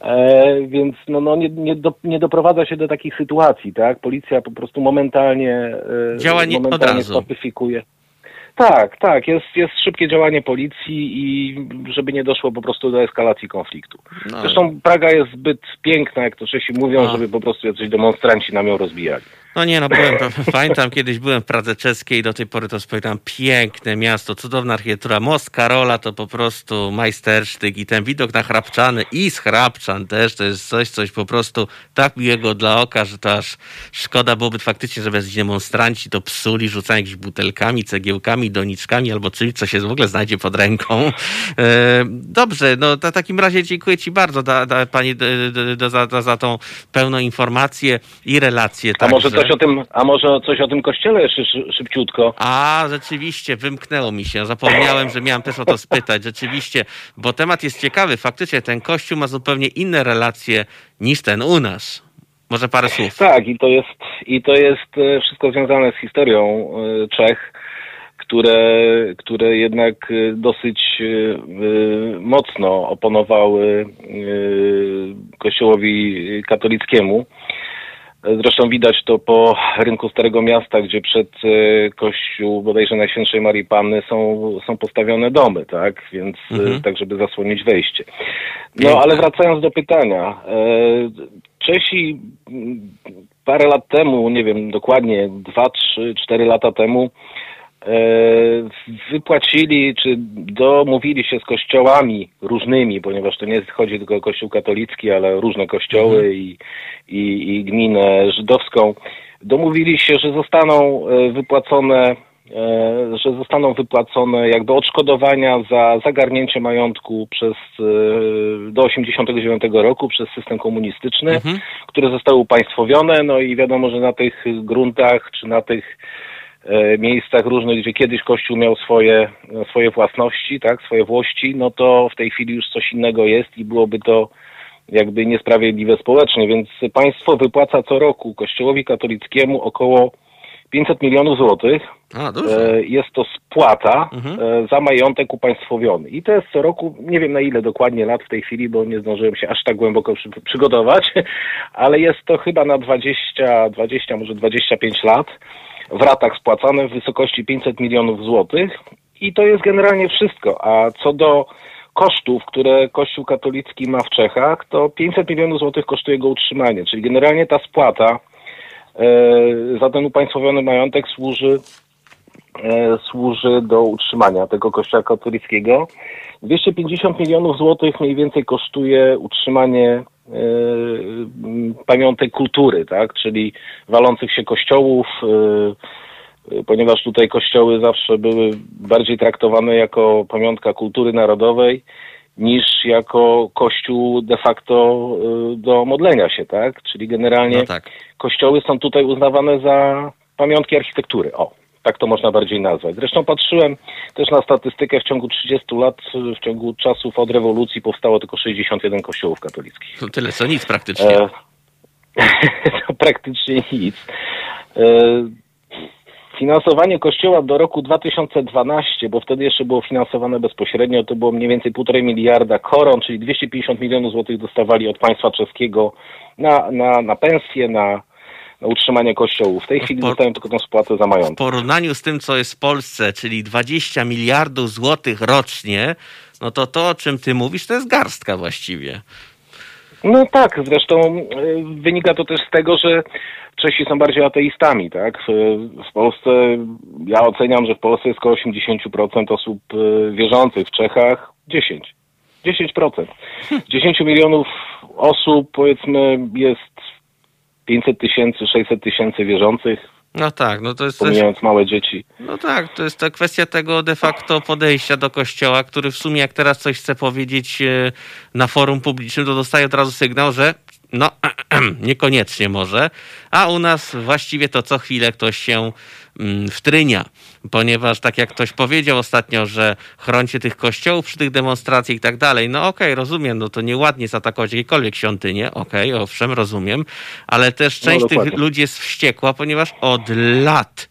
E, więc no, no nie, nie, do, nie doprowadza się do takich sytuacji, tak? Policja po prostu momentalnie, e, działa nie momentalnie od razu. spacyfikuje. Tak, tak, jest, jest szybkie działanie policji i żeby nie doszło po prostu do eskalacji konfliktu. No. Zresztą Praga jest zbyt piękna, jak to Czesi mówią, A. żeby po prostu jacyś demonstranci nam ją rozbijali. No nie, no byłem, pamiętam kiedyś byłem w Pradze Czeskiej, do tej pory to wspominam, piękne miasto, cudowna architektura, most Karola to po prostu majstersztyk i ten widok na Hrabczany i z Hrabczan też, to jest coś, coś po prostu tak miłego dla oka, że to aż szkoda byłoby faktycznie, żeby jacyś demonstranci to psuli, rzucają jakimiś butelkami, cegiełkami, doniczkami albo czymś, co się w ogóle znajdzie pod ręką. E, dobrze, no w takim razie dziękuję Ci bardzo, da, da, Pani, da, da, za, da, za tą pełną informację i relację. A może także. coś o tym, a może coś o tym kościele jeszcze szy, szybciutko? A, rzeczywiście, wymknęło mi się. Zapomniałem, że miałem też o to spytać. Rzeczywiście, bo temat jest ciekawy. Faktycznie ten kościół ma zupełnie inne relacje niż ten u nas. Może parę słów. Tak, i to jest, i to jest e, wszystko związane z historią e, Czech, które, które jednak e, dosyć e, mocno oponowały e, kościołowi katolickiemu. Zresztą widać to po rynku Starego Miasta, gdzie przed kościół bodajże Najświętszej Marii Panny są, są postawione domy, tak? Więc mhm. tak, żeby zasłonić wejście. No, ale wracając do pytania. Czesi parę lat temu, nie wiem dokładnie, dwa, trzy, cztery lata temu wypłacili, czy domówili się z kościołami różnymi, ponieważ to nie chodzi tylko o kościół katolicki, ale różne kościoły mhm. i, i, i gminę żydowską. Domówili się, że zostaną wypłacone, że zostaną wypłacone jakby odszkodowania za zagarnięcie majątku przez do osiemdziesiątego dziewiątego roku przez system komunistyczny, mhm. które zostały upaństwowione, no i wiadomo, że na tych gruntach, czy na tych miejscach różnych, gdzie kiedyś Kościół miał swoje, swoje własności, tak, swoje włości, no to w tej chwili już coś innego jest i byłoby to jakby niesprawiedliwe społecznie, więc państwo wypłaca co roku Kościołowi katolickiemu około pięćset milionów złotych. A, dużo. Jest to spłata mhm. za majątek upaństwowiony. I to jest co roku, nie wiem na ile dokładnie lat w tej chwili, bo nie zdążyłem się aż tak głęboko przy, przygotować, ale jest to chyba na dwadzieścia, dwadzieścia, może dwadzieścia pięć lat. W ratach spłacane w wysokości pięćset milionów złotych i to jest generalnie wszystko. A co do kosztów, które Kościół katolicki ma w Czechach, to pięćset milionów złotych kosztuje go utrzymanie. Czyli generalnie ta spłata e, za ten upaństwowiony majątek służy, e, służy do utrzymania tego Kościoła katolickiego. dwieście pięćdziesiąt milionów złotych mniej więcej kosztuje utrzymanie pamiątek kultury, tak, czyli walących się kościołów, ponieważ tutaj kościoły zawsze były bardziej traktowane jako pamiątka kultury narodowej niż jako kościół de facto do modlenia się, tak, czyli generalnie no tak. kościoły są tutaj uznawane za pamiątki architektury. O. Tak to można bardziej nazwać. Zresztą patrzyłem też na statystykę, w ciągu trzydziestu lat, w ciągu czasów od rewolucji powstało tylko sześćdziesiąt jeden kościołów katolickich. To tyle co nic praktycznie. E, to praktycznie nic. E, finansowanie kościoła do roku dwa tysiące dwunastego, bo wtedy jeszcze było finansowane bezpośrednio, to było mniej więcej półtorej miliarda koron, czyli dwieście pięćdziesiąt milionów złotych dostawali od państwa czeskiego na, na, na pensje, na na utrzymanie kościołów. W tej chwili por... dostają tylko tą spłatę za majątek. W porównaniu z tym, co jest w Polsce, czyli dwadzieścia miliardów złotych rocznie, no to to, o czym ty mówisz, to jest garstka właściwie. No tak, zresztą y, wynika to też z tego, że Czesi są bardziej ateistami, tak? W, w Polsce, ja oceniam, że w Polsce jest około osiemdziesiąt procent osób y, wierzących, w Czechach dziesięć. dziesięć procent. dziesięć milionów osób, powiedzmy, jest pięćset tysięcy, sześćset tysięcy wierzących. No tak, no to jest pomijając też, małe dzieci. No tak, to jest ta kwestia tego de facto podejścia do kościoła, który w sumie jak teraz coś chce powiedzieć na forum publicznym, to dostaje od razu sygnał, że no niekoniecznie może, a u nas właściwie to co chwilę ktoś się mm, wtrynia, ponieważ tak jak ktoś powiedział ostatnio, że chrońcie tych kościołów przy tych demonstracjach i tak dalej, no okej, okay, rozumiem, no to nieładnie zaatakować jakiekolwiek świątynię, okej, okay, owszem, rozumiem, ale też część no, tych ludzi jest wściekła, ponieważ od lat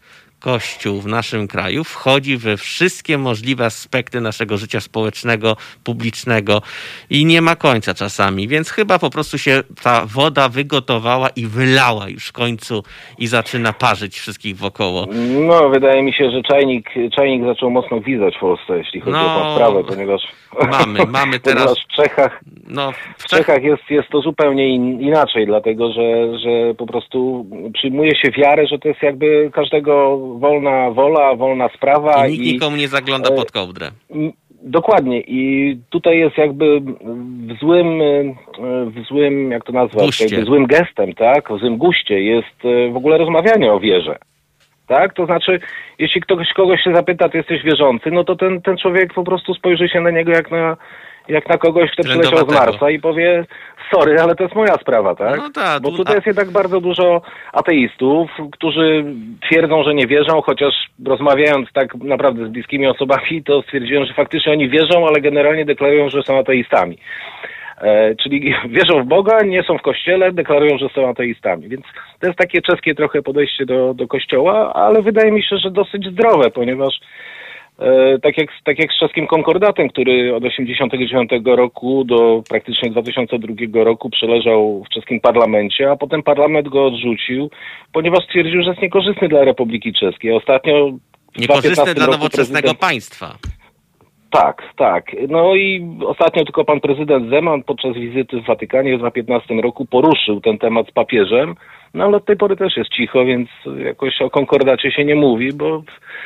Kościół w naszym kraju wchodzi we wszystkie możliwe aspekty naszego życia społecznego, publicznego i nie ma końca czasami, więc chyba po prostu się ta woda wygotowała i wylała już w końcu i zaczyna parzyć wszystkich wokoło. No, wydaje mi się, że czajnik, czajnik zaczął mocno gwizdać w Polsce, jeśli chodzi no, o tę sprawę, ponieważ mamy, mamy teraz... w Czechach, no, w, w Czechach jest, jest to zupełnie in, inaczej, dlatego że, że po prostu przyjmuje się wiarę, że to jest jakby każdego wolna wola, wolna sprawa. I nikt i, nikomu nie zagląda pod kołdrę. I, Dokładnie i tutaj jest jakby w złym, w złym, jak to nazwać, jakby złym gestem, tak, w złym guście jest w ogóle rozmawianie o wierze, tak, to znaczy jeśli ktoś kogoś się zapyta, ty jesteś wierzący, no to ten, ten człowiek po prostu spojrzy się na niego jak na, jak na kogoś, kto przyleciał z Marsa i powie, sorry, ale to jest moja sprawa, tak? No ta, Bo tutaj jest jednak bardzo dużo ateistów, którzy twierdzą, że nie wierzą, chociaż rozmawiając tak naprawdę z bliskimi osobami, to stwierdziłem, że faktycznie oni wierzą, ale generalnie deklarują, że są ateistami. E, czyli wierzą w Boga, nie są w kościele, deklarują, że są ateistami. Więc to jest takie czeskie trochę podejście do, do kościoła, ale wydaje mi się, że dosyć zdrowe, ponieważ E, tak, jak, tak jak z czeskim konkordatem, który od osiemdziesiątego dziewiątego roku do praktycznie dwa tysiące drugiego roku przeleżał w czeskim parlamencie, a potem parlament go odrzucił, ponieważ stwierdził, że jest niekorzystny dla Republiki Czeskiej. Ostatnio niekorzystny dla nowoczesnego prezydent... państwa. Tak, tak. No i ostatnio tylko pan prezydent Zeman podczas wizyty w Watykanie w dwa tysiące piętnastym roku poruszył ten temat z papieżem, no ale od tej pory też jest cicho, więc jakoś o konkordacie się nie mówi, bo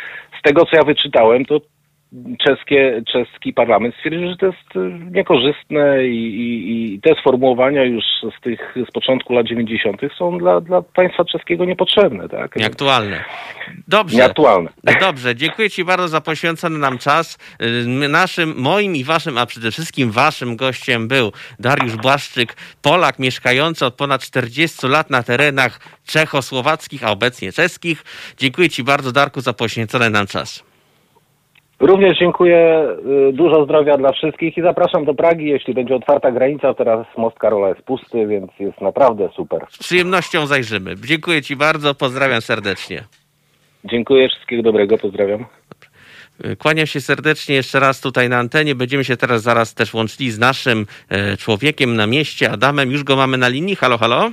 z tego, co ja wyczytałem, to czeskie, czeski parlament stwierdził, że to jest niekorzystne i, i, i te sformułowania już z tych, z początku lat dziewięćdziesiątych są dla, dla państwa czeskiego niepotrzebne. Tak? Nieaktualne. Dobrze. Nieaktualne. Dobrze, dziękuję ci bardzo za poświęcony nam czas. Naszym, moim i waszym, a przede wszystkim waszym gościem był Dariusz Błaszczyk, Polak mieszkający od ponad czterdziestu lat na terenach czechosłowackich, a obecnie czeskich. Dziękuję ci bardzo, Darku, za poświęcony nam czas. Również dziękuję, dużo zdrowia dla wszystkich i zapraszam do Pragi, jeśli będzie otwarta granica. Teraz most Karola jest pusty, więc jest naprawdę super. Z przyjemnością zajrzymy. Dziękuję ci bardzo, pozdrawiam serdecznie. Dziękuję, wszystkiego dobrego, pozdrawiam. Kłaniam się serdecznie jeszcze raz tutaj na antenie. Będziemy się teraz zaraz też łączyli z naszym człowiekiem na mieście, Adamem. Już go mamy na linii. Halo, halo.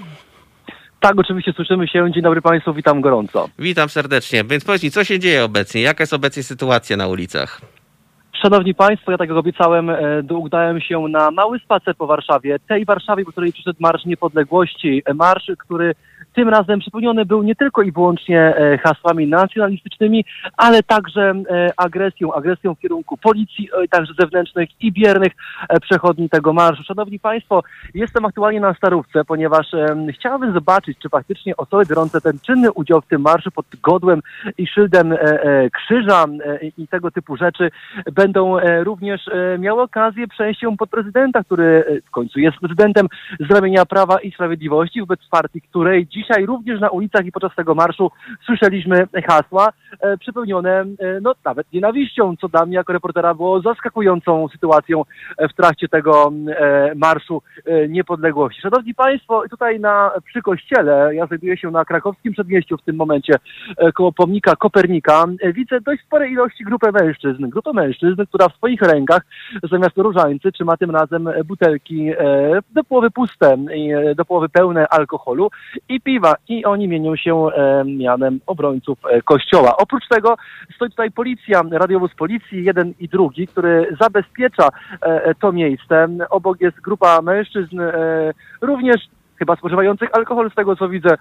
Tak, oczywiście słyszymy się. Dzień dobry Państwu, witam gorąco. Witam serdecznie. Więc powiedz mi, co się dzieje obecnie? Jaka jest obecnie sytuacja na ulicach? Szanowni Państwo, ja tak jak obiecałem, udałem się na mały spacer po Warszawie. Tej Warszawie, po której przyszedł Marsz Niepodległości. Marsz, który tym razem przepełniony był nie tylko i wyłącznie hasłami nacjonalistycznymi, ale także agresją, agresją w kierunku policji, także zewnętrznych i biernych przechodni tego marszu. Szanowni Państwo, jestem aktualnie na Starówce, ponieważ chciałbym zobaczyć, czy faktycznie osoby biorące ten czynny udział w tym marszu pod godłem i szyldem krzyża i tego typu rzeczy będą również miały okazję przejść się pod prezydenta, który w końcu jest prezydentem z ramienia Prawa i Sprawiedliwości, wobec partii, której dzisiaj również na ulicach i podczas tego marszu słyszeliśmy hasła e, przepełnione e, no nawet nienawiścią, co dla mnie jako reportera było zaskakującą sytuacją w trakcie tego e, marszu e, niepodległości. Szanowni Państwo, tutaj na przy kościele, ja znajduję się na krakowskim przedmieściu w tym momencie e, koło pomnika Kopernika, e, widzę dość spore ilości grupę mężczyzn, grupę mężczyzn, która w swoich rękach zamiast różańcy trzyma tym razem butelki e, do połowy puste, e, do połowy pełne alkoholu i piwa i oni mienią się e, mianem obrońców e, kościoła. Oprócz tego stoi tutaj policja, radiowóz policji, jeden i drugi, który zabezpiecza e, to miejsce. Obok jest grupa mężczyzn, e, również chyba spożywających alkohol, z tego co widzę.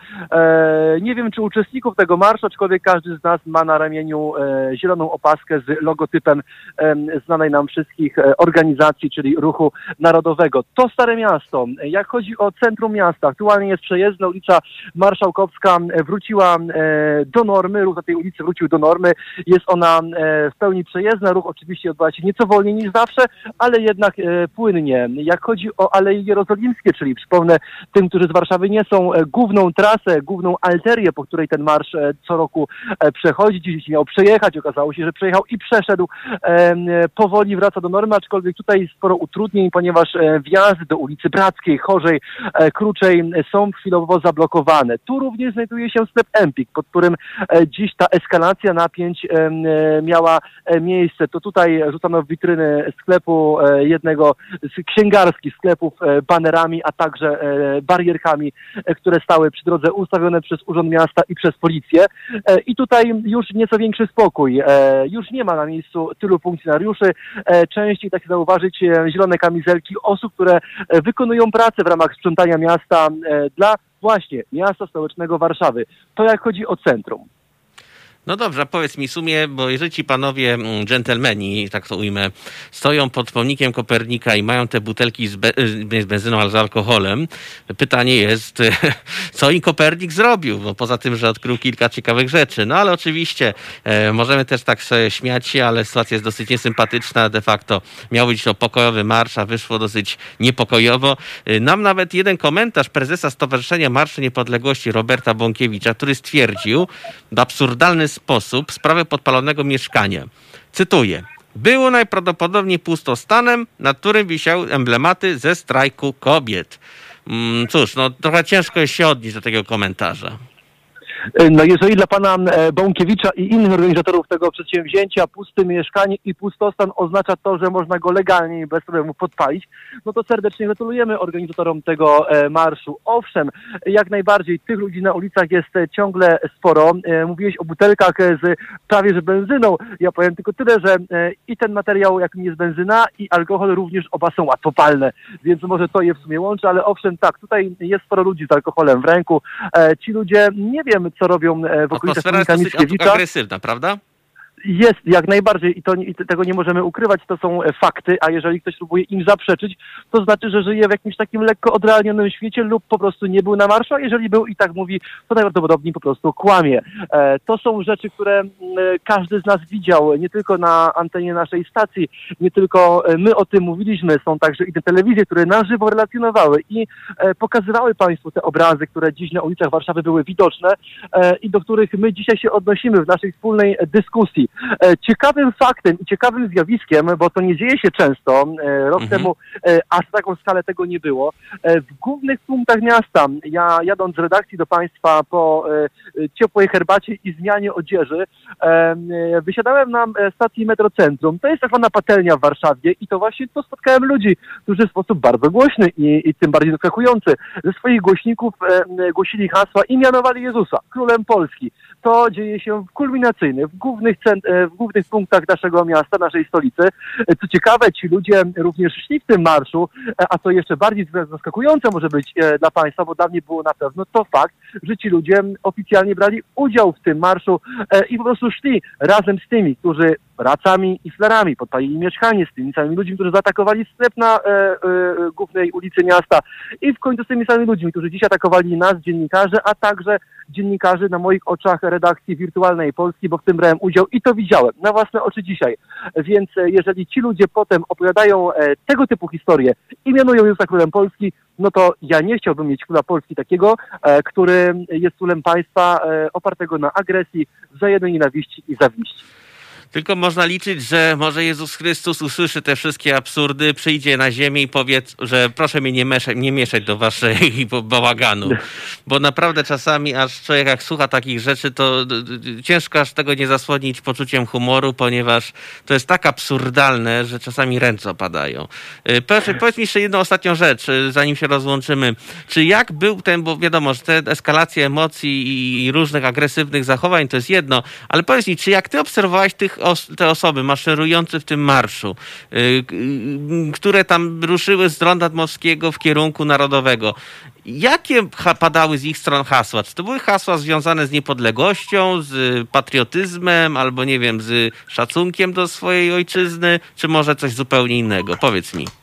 E, nie wiem, czy uczestników tego marszu, aczkolwiek każdy z nas ma na ramieniu e, zieloną opaskę z logotypem e, znanej nam wszystkich e, organizacji, czyli Ruchu Narodowego. To Stare Miasto. Jak chodzi o centrum miasta, aktualnie jest przejezdna, ulica Marszałkowska wróciła e, do normy, ruch na tej ulicy wrócił do normy. Jest ona e, w pełni przejezdna, ruch oczywiście odbywa się nieco wolniej niż zawsze, ale jednak e, płynnie. Jak chodzi o Aleje Jerozolimskie, czyli przypomnę, tym tym, którzy z Warszawy nie są, główną trasę, główną arterię, po której ten marsz co roku przechodzi. Dziś miał przejechać, okazało się, że przejechał i przeszedł. Powoli wraca do normy, aczkolwiek tutaj sporo utrudnień, ponieważ wjazdy do ulicy Brackiej, Chorzej, Kruczej są chwilowo zablokowane. Tu również znajduje się sklep Empik, pod którym dziś ta eskalacja napięć miała miejsce. To tutaj rzucano w witryny sklepu, jednego z księgarskich sklepów, banerami, a także barierkami, które stały przy drodze ustawione przez Urząd Miasta i przez policję. I tutaj już nieco większy spokój. Już nie ma na miejscu tylu funkcjonariuszy. Częściej, tak się zauważyć, zielone kamizelki osób, które wykonują pracę w ramach sprzątania miasta dla właśnie miasta stołecznego Warszawy. To jak chodzi o centrum. No dobrze, a powiedz mi w sumie, bo jeżeli ci panowie dżentelmeni, tak to ujmę, stoją pod pomnikiem Kopernika i mają te butelki z, be, z benzyną, ale z alkoholem, pytanie jest, co im Kopernik zrobił, bo poza tym, że odkrył kilka ciekawych rzeczy. No ale oczywiście e, możemy też tak sobie śmiać się, ale sytuacja jest dosyć niesympatyczna. De facto miał być to pokojowy marsz, a wyszło dosyć niepokojowo. E, nam nawet jeden komentarz prezesa Stowarzyszenia Marszu Niepodległości Roberta Bąkiewicza, który stwierdził w absurdalny sposób sprawę podpalonego mieszkania. Cytuję. Było najprawdopodobniej pustostanem, na którym wisiały emblematy ze strajku kobiet. Mm, cóż, no trochę ciężko jest się odnieść do tego komentarza. No jeżeli dla pana Bąkiewicza i innych organizatorów tego przedsięwzięcia puste mieszkanie i pustostan oznacza to, że można go legalnie i bez problemu podpalić, no to serdecznie gratulujemy organizatorom tego marszu. Owszem, jak najbardziej tych ludzi na ulicach jest ciągle sporo. Mówiłeś o butelkach z prawie że benzyną. Ja powiem tylko tyle, że i ten materiał, jakim jest benzyna, i alkohol również oba są łatwopalne, więc może to je w sumie łączy, ale owszem, tak, tutaj jest sporo ludzi z alkoholem w ręku. Ci ludzie, nie wiem, co robią w okolicach pomnika Mickiewicza. Atmosfera jest dosyć agresywna, prawda? Jest, jak najbardziej i, to, i tego nie możemy ukrywać, to są fakty, a jeżeli ktoś próbuje im zaprzeczyć, to znaczy, że żyje w jakimś takim lekko odrealnionym świecie lub po prostu nie był na marszu, a jeżeli był i tak mówi, to najprawdopodobniej po prostu kłamie. E, to są rzeczy, które e, każdy z nas widział, nie tylko na antenie naszej stacji, nie tylko my o tym mówiliśmy, są także i te telewizje, które na żywo relacjonowały i e, pokazywały Państwu te obrazy, które dziś na ulicach Warszawy były widoczne e, i do których my dzisiaj się odnosimy w naszej wspólnej dyskusji. Ciekawym faktem i ciekawym zjawiskiem, bo to nie dzieje się często, rok mhm. temu aż taką skalę tego nie było, w głównych punktach miasta, ja jadąc z redakcji do Państwa po ciepłej herbacie i zmianie odzieży, wysiadałem na stacji Metrocentrum. To jest tak zwana patelnia w Warszawie i to właśnie to spotkałem ludzi, którzy w sposób bardzo głośny i, i tym bardziej zaskakujący ze swoich głośników głosili hasła i mianowali Jezusa królem Polski. To dzieje się w kulminacyjnych, w głównych, cent- w głównych punktach naszego miasta, naszej stolicy. Co ciekawe, ci ludzie również szli w tym marszu, a co jeszcze bardziej zaskakujące może być dla Państwa, bo dla mnie było na pewno to fakt, że ci ludzie oficjalnie brali udział w tym marszu i po prostu szli razem z tymi, którzy racami i flarami podpalili mieszkanie, z tymi samymi ludźmi, którzy zaatakowali sklep na e, e, głównej ulicy miasta i w końcu z tymi samymi ludźmi, którzy dziś atakowali nas, dziennikarzy, a także dziennikarzy na moich oczach redakcji Wirtualnej Polski, bo w tym brałem udział i to widziałem na własne oczy dzisiaj. Więc jeżeli ci ludzie potem opowiadają e, tego typu historie i mianują Jezusa królem Polski, no to ja nie chciałbym mieć króla Polski takiego, e, który jest królem państwa e, opartego na agresji, wzajemnej nienawiści i zawiści. Tylko można liczyć, że może Jezus Chrystus usłyszy te wszystkie absurdy, przyjdzie na ziemię i powie, że proszę mnie nie mieszać, nie mieszać do waszej bałaganu. Bo naprawdę czasami aż człowiek jak słucha takich rzeczy, to ciężko aż tego nie zasłonić poczuciem humoru, ponieważ to jest tak absurdalne, że czasami ręce opadają. Proszę, powiedz mi jeszcze jedną ostatnią rzecz, zanim się rozłączymy. Czy jak był ten, bo wiadomo, że te eskalacje emocji i różnych agresywnych zachowań to jest jedno, ale powiedz mi, czy jak ty obserwowałeś tych te osoby maszerujące w tym marszu, yy, które tam ruszyły z Ronda Dmowskiego w kierunku Narodowego. Jakie padały z ich stron hasła? Czy to były hasła związane z niepodległością, z patriotyzmem, albo nie wiem, z szacunkiem do swojej ojczyzny, czy może coś zupełnie innego? Powiedz mi.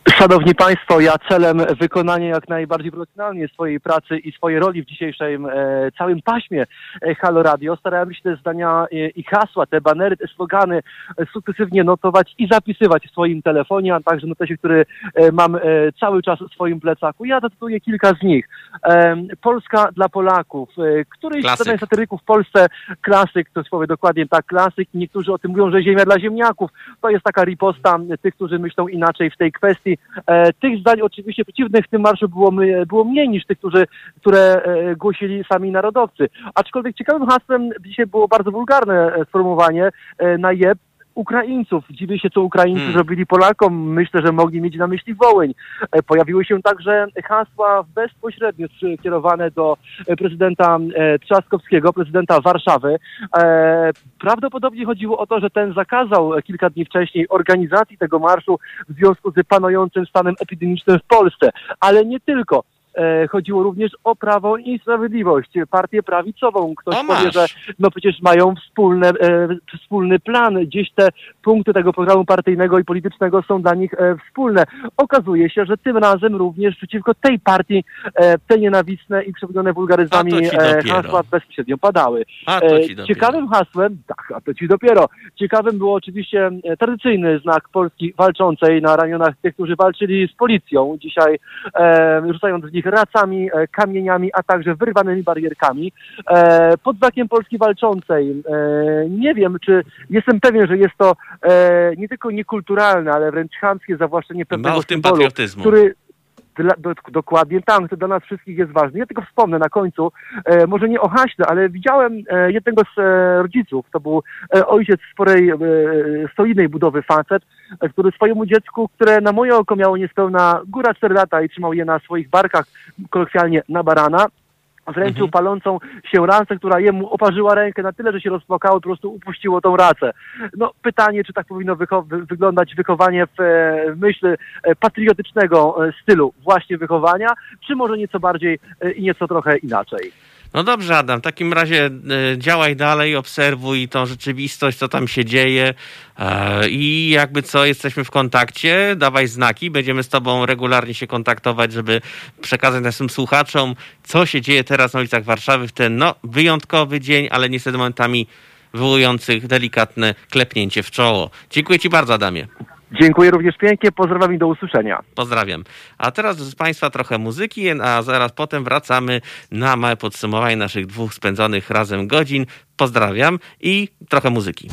Szanowni Państwo, ja celem wykonania jak najbardziej profesjonalnie swojej pracy i swojej roli w dzisiejszym e, całym paśmie e, Halo Radio starałem się te zdania e, i hasła, te banery, te slogany e, sukcesywnie notować i zapisywać w swoim telefonie, a także notesie, który e, mam e, cały czas w swoim plecaku. Ja zacytuję kilka z nich. E, Polska dla Polaków. E, któryś z satyryków w Polsce, klasyk, to słowo dokładnie tak, klasyk. Niektórzy o tym mówią, że ziemia dla ziemniaków. To jest taka riposta tych, którzy myślą inaczej w tej kwestii. E, tych zdań oczywiście przeciwnych w tym marszu było, było mniej niż tych, którzy, które e, głosili sami narodowcy. Aczkolwiek ciekawym hasłem dzisiaj było bardzo wulgarne sformułowanie e, na jeb Ukraińców. Dziwię się, co Ukraińcy hmm. zrobili Polakom. Myślę, że mogli mieć na myśli Wołyń. E, pojawiły się także hasła bezpośrednio skierowane do prezydenta e, Trzaskowskiego, prezydenta Warszawy. E, prawdopodobnie chodziło o to, że ten zakazał kilka dni wcześniej organizacji tego marszu w związku z panującym stanem epidemicznym w Polsce. Ale nie tylko. E, chodziło również o Prawo i Sprawiedliwość, partię prawicową. Ktoś o, powie, że no przecież mają wspólne, e, wspólny plan. Gdzieś te punkty tego programu partyjnego i politycznego są dla nich e, wspólne. Okazuje się, że tym razem również przeciwko tej partii e, te nienawistne i przepełnione wulgaryzmami e, hasła bezpośrednio padały. E, ciekawym hasłem, tak, a to ci dopiero. Ciekawym było oczywiście e, tradycyjny znak Polski walczącej na ramionach tych, którzy walczyli z policją. Dzisiaj e, rzucając w nich racami, kamieniami, a także wyrwanymi barierkami. E, pod znakiem Polski walczącej e, nie wiem, czy jestem pewien, że jest to e, nie tylko niekulturalne, ale wręcz chamskie zawłaszczenie pewnego symbolu, który Dla, do, dokładnie tak, to dla nas wszystkich jest ważne. Ja tylko wspomnę na końcu, e, może nie o haśle, ale widziałem e, jednego z e, rodziców, to był e, ojciec sporej, e, solidnej budowy facet, e, który swojemu dziecku, które na moje oko miało niespełna góra cztery lata i trzymał je na swoich barkach, kolokwialnie na barana, wręczył mhm. palącą się racę, która jemu oparzyła rękę na tyle, że się rozpłakało, po prostu upuściło tą racę. No pytanie, czy tak powinno wycho- wyglądać wychowanie w, w myśl patriotycznego stylu właśnie wychowania, czy może nieco bardziej i nieco trochę inaczej. No dobrze, Adam, w takim razie y, działaj dalej, obserwuj tą rzeczywistość, co tam się dzieje y, i jakby co, jesteśmy w kontakcie, dawaj znaki, będziemy z tobą regularnie się kontaktować, żeby przekazać naszym słuchaczom, co się dzieje teraz na ulicach Warszawy w ten no, wyjątkowy dzień, ale niestety momentami wywołujących delikatne klepnięcie w czoło. Dziękuję ci bardzo, Adamie. Dziękuję również pięknie, pozdrawiam i do usłyszenia. Pozdrawiam. A teraz z Państwa trochę muzyki, a zaraz potem wracamy na małe podsumowanie naszych dwóch spędzonych razem godzin. Pozdrawiam i trochę muzyki.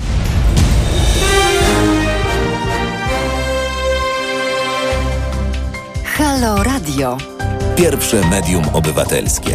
Halo Radio. Pierwsze medium obywatelskie.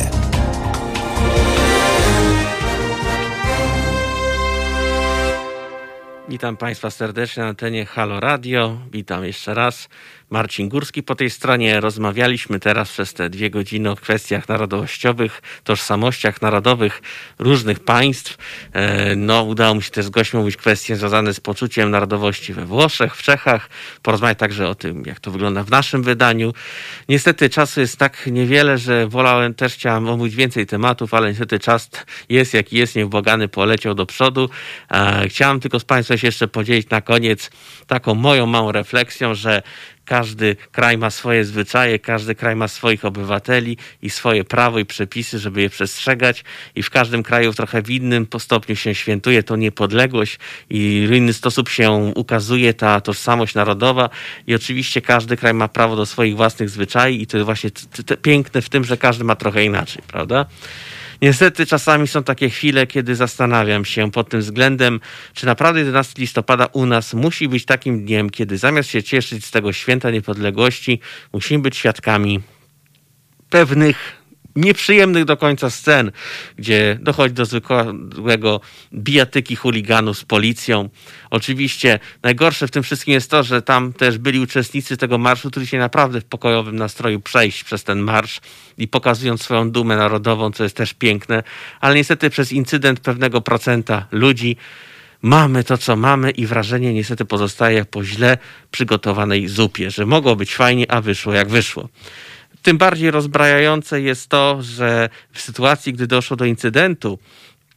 Witam Państwa serdecznie na antenie Halo Radio. Witam jeszcze raz. Marcin Górski po tej stronie. Rozmawialiśmy teraz przez te dwie godziny o kwestiach narodowościowych, tożsamościach narodowych różnych państw. No, udało mi się też z gośćmi mówić kwestie związane z poczuciem narodowości we Włoszech, w Czechach. Porozmawiać także o tym, jak to wygląda w naszym wydaniu. Niestety czasu jest tak niewiele, że wolałem, też chciałem omówić więcej tematów, ale niestety czas jest jaki jest, nieubłagany poleciał do przodu. Chciałem tylko z Państwem się jeszcze podzielić na koniec taką moją małą refleksją, że każdy kraj ma swoje zwyczaje, każdy kraj ma swoich obywateli i swoje prawo i przepisy, żeby je przestrzegać i w każdym kraju trochę w innym stopniu się świętuje tą niepodległość i w inny sposób się ukazuje ta tożsamość narodowa i oczywiście każdy kraj ma prawo do swoich własnych zwyczajów i to jest właśnie t- t- piękne w tym, że każdy ma trochę inaczej, prawda? Niestety czasami są takie chwile, kiedy zastanawiam się pod tym względem, czy naprawdę jedenastego listopada u nas musi być takim dniem, kiedy zamiast się cieszyć z tego święta niepodległości, musimy być świadkami pewnych nieprzyjemnych do końca scen, gdzie dochodzi do zwykłego bijatyki chuliganów z policją. Oczywiście najgorsze w tym wszystkim jest to, że tam też byli uczestnicy tego marszu, którzy się naprawdę w pokojowym nastroju przejść przez ten marsz i pokazując swoją dumę narodową, co jest też piękne, ale niestety przez incydent pewnego procenta ludzi mamy to, co mamy i wrażenie niestety pozostaje jak po źle przygotowanej zupie, że mogło być fajnie, a wyszło jak wyszło. Tym bardziej rozbrajające jest to, że w sytuacji, gdy doszło do incydentu,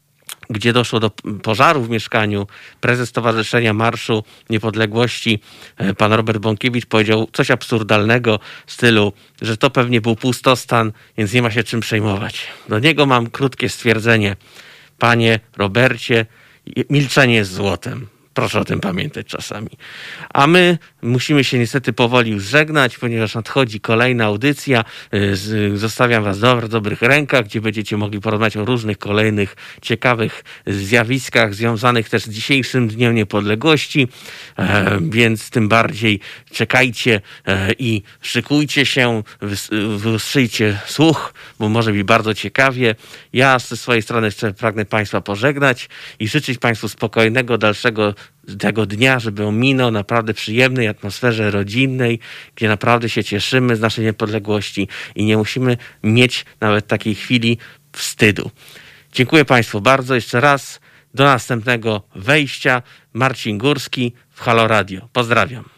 gdzie doszło do pożaru w mieszkaniu, prezes Stowarzyszenia Marszu Niepodległości, pan Robert Bąkiewicz, powiedział coś absurdalnego w stylu, że to pewnie był pustostan, więc nie ma się czym przejmować. Do niego mam krótkie stwierdzenie. Panie Robercie, milczenie jest złotem. Proszę o tym pamiętać czasami. A my musimy się niestety powoli już żegnać, ponieważ nadchodzi kolejna audycja. Zostawiam was w dobrych, dobrych rękach, gdzie będziecie mogli porozmawiać o różnych kolejnych ciekawych zjawiskach związanych też z dzisiejszym Dniem Niepodległości. Więc tym bardziej czekajcie i szykujcie się, wystrzyjcie słuch, bo może być bardzo ciekawie. Ja ze swojej strony jeszcze pragnę Państwa pożegnać i życzyć Państwu spokojnego, dalszego tego dnia, żeby on minął naprawdę przyjemnej atmosferze rodzinnej, gdzie naprawdę się cieszymy z naszej niepodległości i nie musimy mieć nawet takiej chwili wstydu. Dziękuję Państwu bardzo jeszcze raz. Do następnego wejścia. Marcin Górski w Halo Radio. Pozdrawiam.